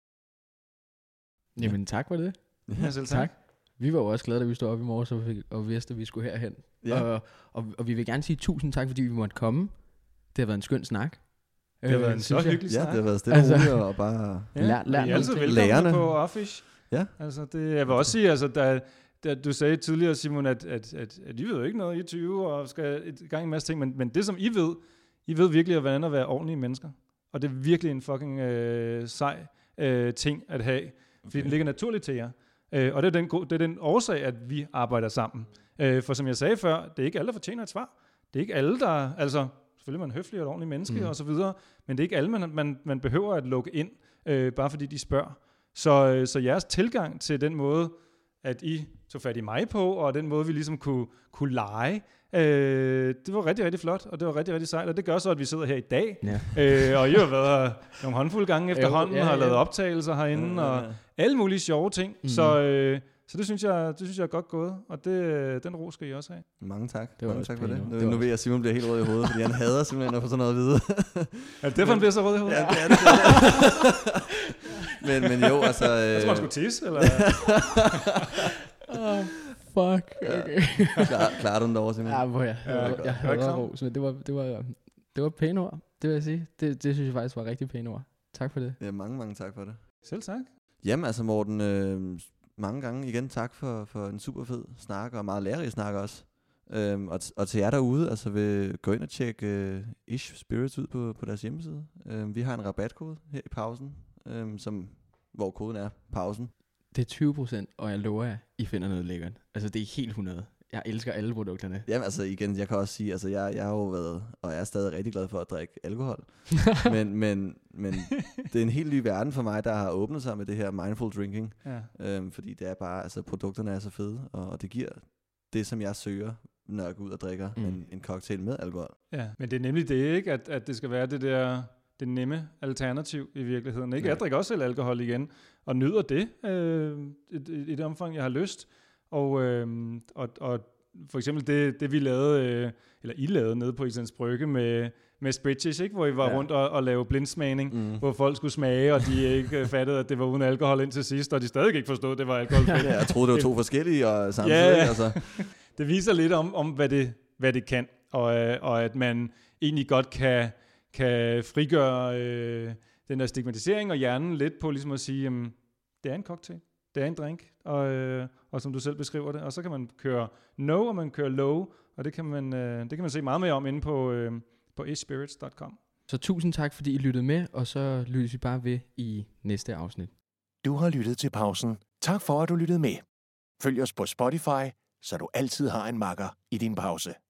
Jamen tak for det. Ja, selv Tak. Vi var jo også glade, da vi stod op i morges og, fik, og vidste, at vi skulle herhen. Ja. Og, og, og vi vil gerne sige tusind tak, fordi vi måtte komme. Det har været en skøn snak. Det har været en så synes jeg. hyggelig Ja, snak. det har været stille og Altså- roligt, og bare... Ja, Lær- lær og I er altid nogle velkommen Lærerne. på Offish. Ja. Altså, det, jeg vil også sige, altså, da, da du sagde tidligere, Simon, at, at, at, at I ved jo ikke noget, I er tyve og skal i gang i en masse ting, men, men det som I ved, I ved virkelig, hvordan at være ordentlige mennesker. Og det er virkelig en fucking øh, sej øh, ting at have, fordi Okay. den ligger naturligt til jer. Øh, og det er, den, gro- det er den årsag, at vi arbejder sammen. Øh, for som jeg sagde før, det er ikke alle, der fortjener et svar. Det er ikke alle, der... Altså, selvfølgelig er man høflig og et ordentligt menneske Mm. og så videre, men det er ikke alle, man, man, man behøver at lukke ind, øh, bare fordi de spørger. Så, øh, så jeres tilgang til den måde, at I tog fat i mig på, og den måde, vi ligesom kunne, kunne lege, øh, det var rigtig, rigtig flot, og det var rigtig, rigtig sejt, og det gør så, at vi sidder her i dag, Ja. øh, og I har været her nogle håndfulde gange efterhånden, ja, har ja. lavet optagelser herinde, og alle mulige sjove ting, Mhm. så, øh, så det synes jeg, det synes jeg er godt gået, og det, den ro skal I også have. Mange tak. Det var Mange også tak for pænt det. ord. Nu, Det var nu også- ved jeg, at Simon bliver helt rød i hovedet, fordi han hader simpelthen at få sådan noget at vide. Er det derfor, han bliver så rød i hovedet? Ja, det er det. men, men jo, altså... Øh, Jeg tror, han skulle tisse, eller? Oh, fuck. Okay. klar, klarer du den derovre, Simon? Ja, hvor jeg, Ja, jeg, godt. jeg Jeg hader kram. ros, men det var, det var, det var pæne ord, det vil jeg sige. Det, det synes jeg faktisk var rigtig pæne ord. Tak for det. Ja, mange, mange tak for det. Selv tak. Jamen altså, Morten, øh, mange gange igen tak for, for en super fed snak, og meget lærerig snak også. Øhm, og, t- og til jer derude, altså vil gå ind og tjekke øh, Ish Spirits ud på, på deres hjemmeside. Øhm, vi har en rabatkode her i pausen, øhm, som, hvor koden er pausen. Det er tyve procent, og jeg lover jer, I finder noget lækkert. Altså, det er helt hundrede. Jeg elsker alle produkterne. Jamen altså igen, jeg kan også sige, altså jeg, jeg har jo været, og jeg er stadig rigtig glad for at drikke alkohol. men, men, men det er en helt ny verden for mig, der har åbnet sig med det her mindful drinking. Ja. Øhm, fordi det er bare, altså produkterne er så fede, og, og det giver det, som jeg søger, når jeg går ud og drikker Mm. mm. en, en cocktail med alkohol. Ja, men det er nemlig det, ikke? At, at det skal være det der det nemme alternativ i virkeligheden. Ikke? Ja. Jeg drikker også selv alkohol igen, og nyder det øh, i, i, i det omfang, jeg har lyst. Og, øh, og, og for eksempel det, det vi lavede, øh, eller I lavede nede på Islands Brygge med, med Spritches, ikke? Hvor I var Ja. rundt og, og lavede blindsmagning, Mm. hvor folk skulle smage, og de ikke øh, fattede, at det var uden alkohol indtil sidst, og de stadig ikke forstod, at det var alkoholfrit. Ja, jeg troede, det var to forskellige og samtidig. Ja, ja. ikke? Altså, Det viser lidt om, om hvad, det, hvad det kan, og, øh, og at man egentlig godt kan, kan frigøre øh, den der stigmatisering og hjernen lidt på ligesom at sige, jamen, det er en cocktail, det er en drink, og, øh, og som du selv beskriver det, og så kan man køre no, og man kører low, og det kan man, øh, det kan man se meget mere om inde på, øh, på ish spirits punktum com. Så tusind tak, fordi I lyttede med, og så lyttes vi bare ved i næste afsnit. Du har lyttet til pausen. Tak for, at du lyttede med. Følg os på Spotify, så du altid har en makker i din pause.